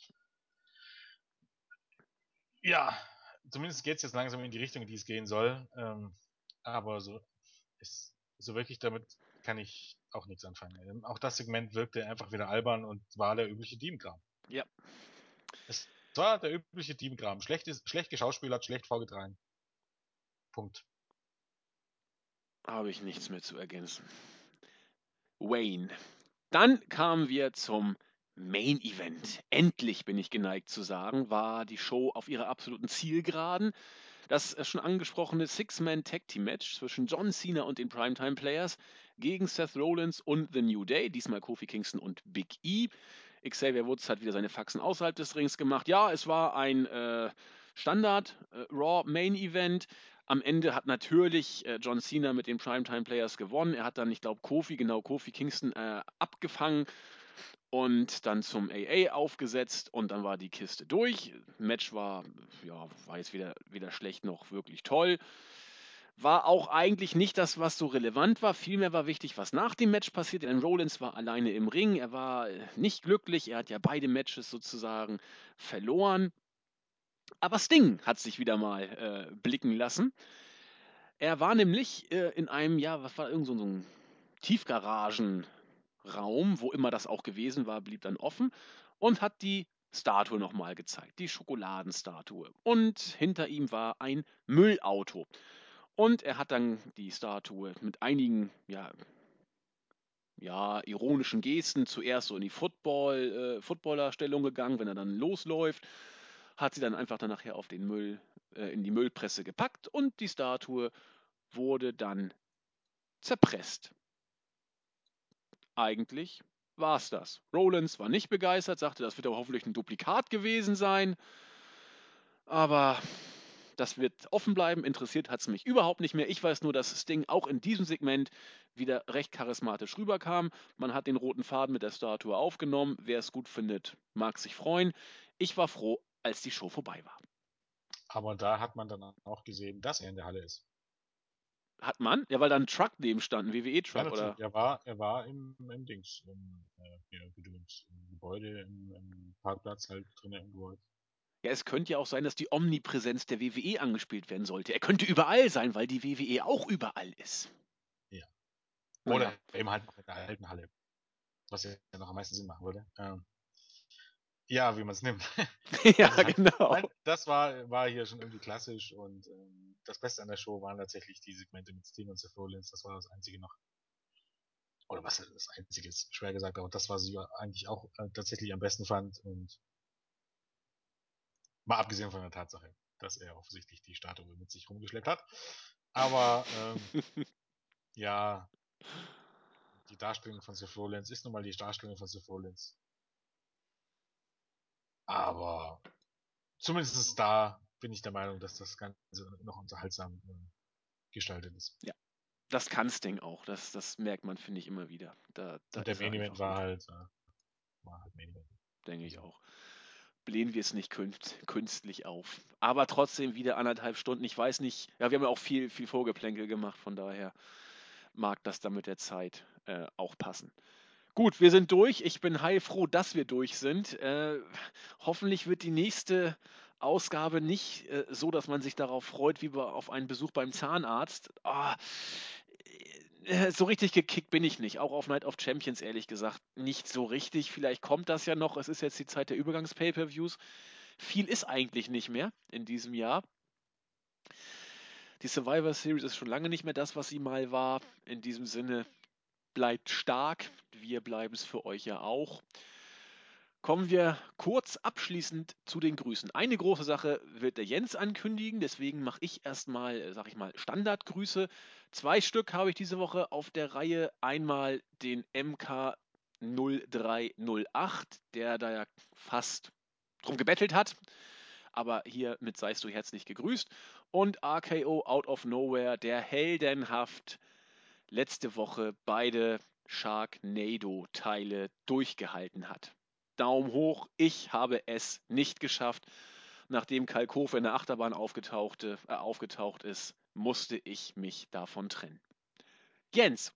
ja, zumindest geht es jetzt langsam in die Richtung, in die es gehen soll. Aber so wirklich damit kann ich auch nichts anfangen. Auch das Segment wirkte einfach wieder albern und war der übliche Teamkram.
ja,
Es war der übliche Teamkram. Schlecht geschauspielert, schlecht vorgetragen. Punkt.
habe ich nichts mehr zu ergänzen. Wayne. Dann kamen wir zum Main Event. Endlich, bin ich geneigt zu sagen, war die Show auf ihrer absoluten Zielgeraden. Das schon angesprochene Six-Man-Tag-Team-Match zwischen John Cena und den Primetime Players gegen Seth Rollins und The New Day, diesmal Kofi Kingston und Big E. Xavier Woods hat wieder seine Faxen außerhalb des Rings gemacht. Ja, es war ein Standard Raw Main Event. Am Ende hat natürlich John Cena mit den Primetime Players gewonnen. Er hat dann, ich glaube, Kofi Kingston abgefangen und dann zum AA aufgesetzt und dann war die Kiste durch. Match war, ja, war jetzt weder schlecht noch wirklich toll. War auch eigentlich nicht das, was so relevant war. Vielmehr war wichtig, was nach dem Match passiert. Denn Rollins war alleine im Ring. Er war nicht glücklich. Er hat ja beide Matches sozusagen verloren. Aber Sting hat sich wieder mal blicken lassen. Er war nämlich in einem, ja, was war irgend so ein Tiefgaragenraum, wo immer das auch gewesen war, blieb dann offen und hat die Statue nochmal gezeigt, die Schokoladenstatue. Und hinter ihm war ein Müllauto. Und er hat dann die Statue mit einigen, ja, ironischen Gesten zuerst so in die Footballerstellung gegangen, wenn er dann losläuft, hat sie dann einfach dann nachher auf den Müll, in die Müllpresse gepackt und die Statue wurde dann zerpresst. Eigentlich war es das. Rollins war nicht begeistert, sagte, das wird aber hoffentlich ein Duplikat gewesen sein. Aber das wird offen bleiben. Interessiert hat es mich überhaupt nicht mehr. Ich weiß nur, dass Sting auch in diesem Segment wieder recht charismatisch rüberkam. Man hat den roten Faden mit der Statue aufgenommen. Wer es gut findet, mag sich freuen. Ich war froh, als die Show vorbei war.
Aber da hat man dann auch gesehen, dass er in der Halle ist.
Hat man? Ja, weil da ein Truck neben stand, ein
Ja,
WWE-Truck, oder?
natürlich. Er war im Dings, im, hier, Gedöns, im Gebäude, im Parkplatz halt drin im Gebäude.
Ja, es könnte ja auch sein, dass die Omnipräsenz der WWE angespielt werden sollte. Er könnte überall sein, weil die WWE auch überall ist.
Ja.
Naja.
Oder eben halt noch in der alten Halle, was ja noch am meisten Sinn machen würde. Ja, wie man es nimmt.
Ja,
Das ist halt,
genau.
nein, das war hier schon irgendwie klassisch und das Beste an der Show waren tatsächlich die Segmente mit Sting und Seth Rollins. Das war das einzige noch, oder was das einzige ist, schwer gesagt, aber das, was ich eigentlich auch tatsächlich am besten fand und mal abgesehen von der Tatsache, dass er offensichtlich die Statue mit sich rumgeschleppt hat. Aber ja, die Darstellung von Seth Rollins ist nun mal die Darstellung von Seth Rollins. Aber zumindest da bin ich der Meinung, dass das Ganze noch unterhaltsam gestaltet ist.
Ja, das kann Sting auch. Das merkt man, finde ich, immer wieder. Da
Und der
ist er
Main Event
einfach gut,
war halt Main Event.
denke ich
Also,
auch. Blähen wir es nicht künstlich auf. Aber trotzdem wieder 1,5 Stunden. Ich weiß nicht, ja, wir haben ja auch viel Vorgeplänkel gemacht, von daher mag das dann mit der Zeit auch passen. Gut, wir sind durch. Ich bin heilfroh, dass wir durch sind. Hoffentlich wird die nächste Ausgabe nicht so, dass man sich darauf freut, wie auf einen Besuch beim Zahnarzt. So richtig gekickt bin ich nicht. Auch auf Night of Champions, ehrlich gesagt, nicht so richtig. Vielleicht kommt das ja noch. Es ist jetzt die Zeit der Übergangs-Pay-Per-Views. Viel ist eigentlich nicht mehr in diesem Jahr. Die Survivor Series ist schon lange nicht mehr das, was sie mal war. In diesem Sinne, bleibt stark. Wir bleiben es für euch ja auch. Kommen wir kurz abschließend zu den Grüßen. Eine große Sache wird der Jens ankündigen, deswegen mache ich erstmal, sag ich mal, Standardgrüße. 2 Stück habe ich diese Woche auf der Reihe. Einmal den MK 0308, der da ja fast drum gebettelt hat. Aber hiermit seist du herzlich gegrüßt. Und RKO Out of Nowhere, der heldenhaft letzte Woche beide Sharknado-Teile durchgehalten hat. Daumen hoch, ich habe es nicht geschafft. Nachdem Kalkofe in der Achterbahn aufgetaucht ist, musste ich mich davon trennen. Jens,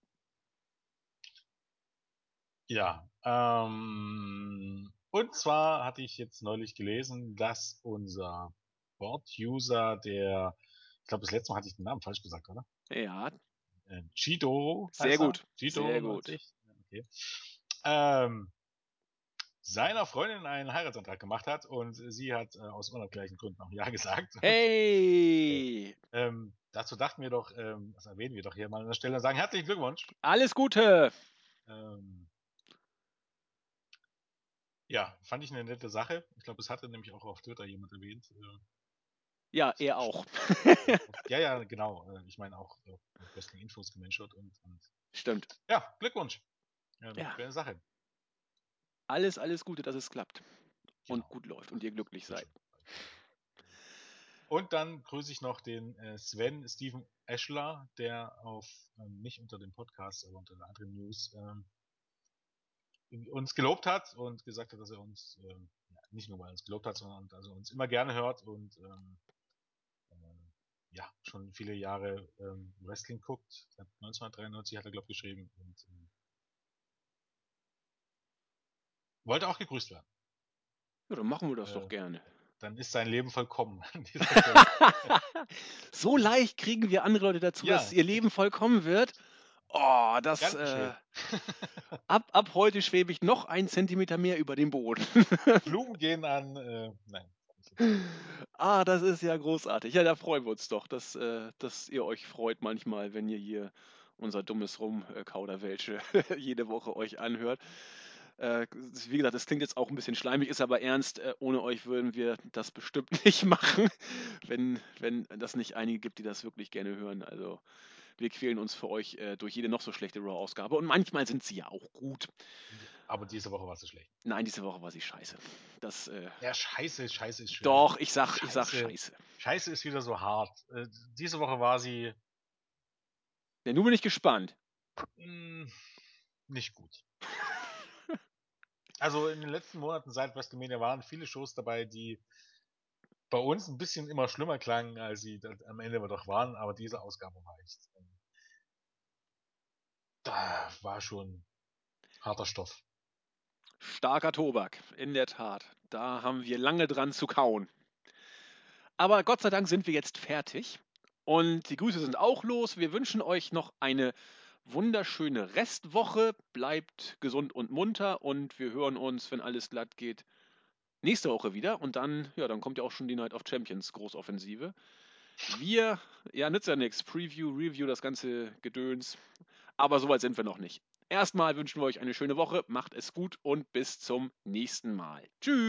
ja, und zwar hatte ich jetzt neulich gelesen, dass unser Bot-User, ich glaube, das letzte Mal hatte ich den Namen falsch gesagt, oder?
ja,
Chidoro
sehr
heißt er?
gut,
Chidoro
sehr gut.
90? Okay. Ähm, seiner Freundin einen Heiratsantrag gemacht hat und sie hat aus unerklärlichen Gründen auch Ja gesagt. Okay.
Hey,
Dazu dachten wir doch, das erwähnen wir doch hier mal an der Stelle und sagen herzlichen Glückwunsch.
alles Gute.
Ähm, ja, fand ich eine nette Sache. Ich glaube, es hatte nämlich auch auf Twitter jemand erwähnt.
Ja, er auch.
Ja, ja, genau. Ich meine auch Wrestling Infos gemenscht und
Stimmt.
ja, Glückwunsch.
Ja,
Schöne Sache.
alles Gute, dass es klappt und
Genau.
gut läuft und ihr glücklich
Wird
seid.
schon. Und dann grüße ich noch den Sven Steven Eschler, der auf nicht unter dem Podcast, aber unter der anderen News uns gelobt hat und gesagt hat, dass er uns ja, nicht nur weil er uns gelobt hat, sondern dass er uns immer gerne hört und ja, schon viele Jahre Wrestling guckt. Seit 1993 hat er, glaube ich, geschrieben und wollte auch gegrüßt werden.
Ja, dann machen wir das doch
Äh,
gerne.
dann ist sein Leben vollkommen an dieser Stelle.
So leicht kriegen wir andere Leute dazu, dass
Ja,
ihr Leben vollkommen wird. Oh,
gern geschehen.
ab heute schwebe ich noch 1 Zentimeter mehr über dem Boden.
Blumen gehen an, nein, nicht jetzt nicht.
Das ist ja großartig. Ja, da freuen wir uns doch, dass ihr euch freut manchmal, wenn ihr hier unser dummes Rumkauderwelsche jede Woche euch anhört. Wie gesagt, das klingt jetzt auch ein bisschen schleimig, ist aber ernst. Ohne euch würden wir das bestimmt nicht machen, wenn das nicht einige gibt, die das wirklich gerne hören. Also wir quälen uns für euch durch jede noch so schlechte Raw-Ausgabe und manchmal sind sie ja auch gut.
Aber diese Woche war es so schlecht.
Nein, diese Woche war sie scheiße. Das,
Ja, scheiße ist schwer.
doch, ich sag
Scheiße,
scheiße.
scheiße ist wieder so hart. Diese Woche war sie
Ja, nun bin ich gespannt.
mh, nicht gut. Also in den letzten Monaten seit WrestleMania waren viele Shows dabei, die bei uns ein bisschen immer schlimmer klangen, als sie dann am Ende aber doch waren, aber diese Ausgabe war echt, da war schon harter Stoff.
starker Tobak, in der Tat. Da haben wir lange dran zu kauen. Aber Gott sei Dank sind wir jetzt fertig. Und die Grüße sind auch los. Wir wünschen euch noch eine wunderschöne Restwoche. Bleibt gesund und munter und wir hören uns, wenn alles glatt geht, nächste Woche wieder. Und dann, ja, dann kommt ja auch schon die Night of Champions Großoffensive. Wir, ja, nützt ja nichts. Preview, Review, das ganze Gedöns. Aber soweit sind wir noch nicht. Erstmal wünschen wir euch eine schöne Woche. Macht es gut und bis zum nächsten Mal. Tschüss.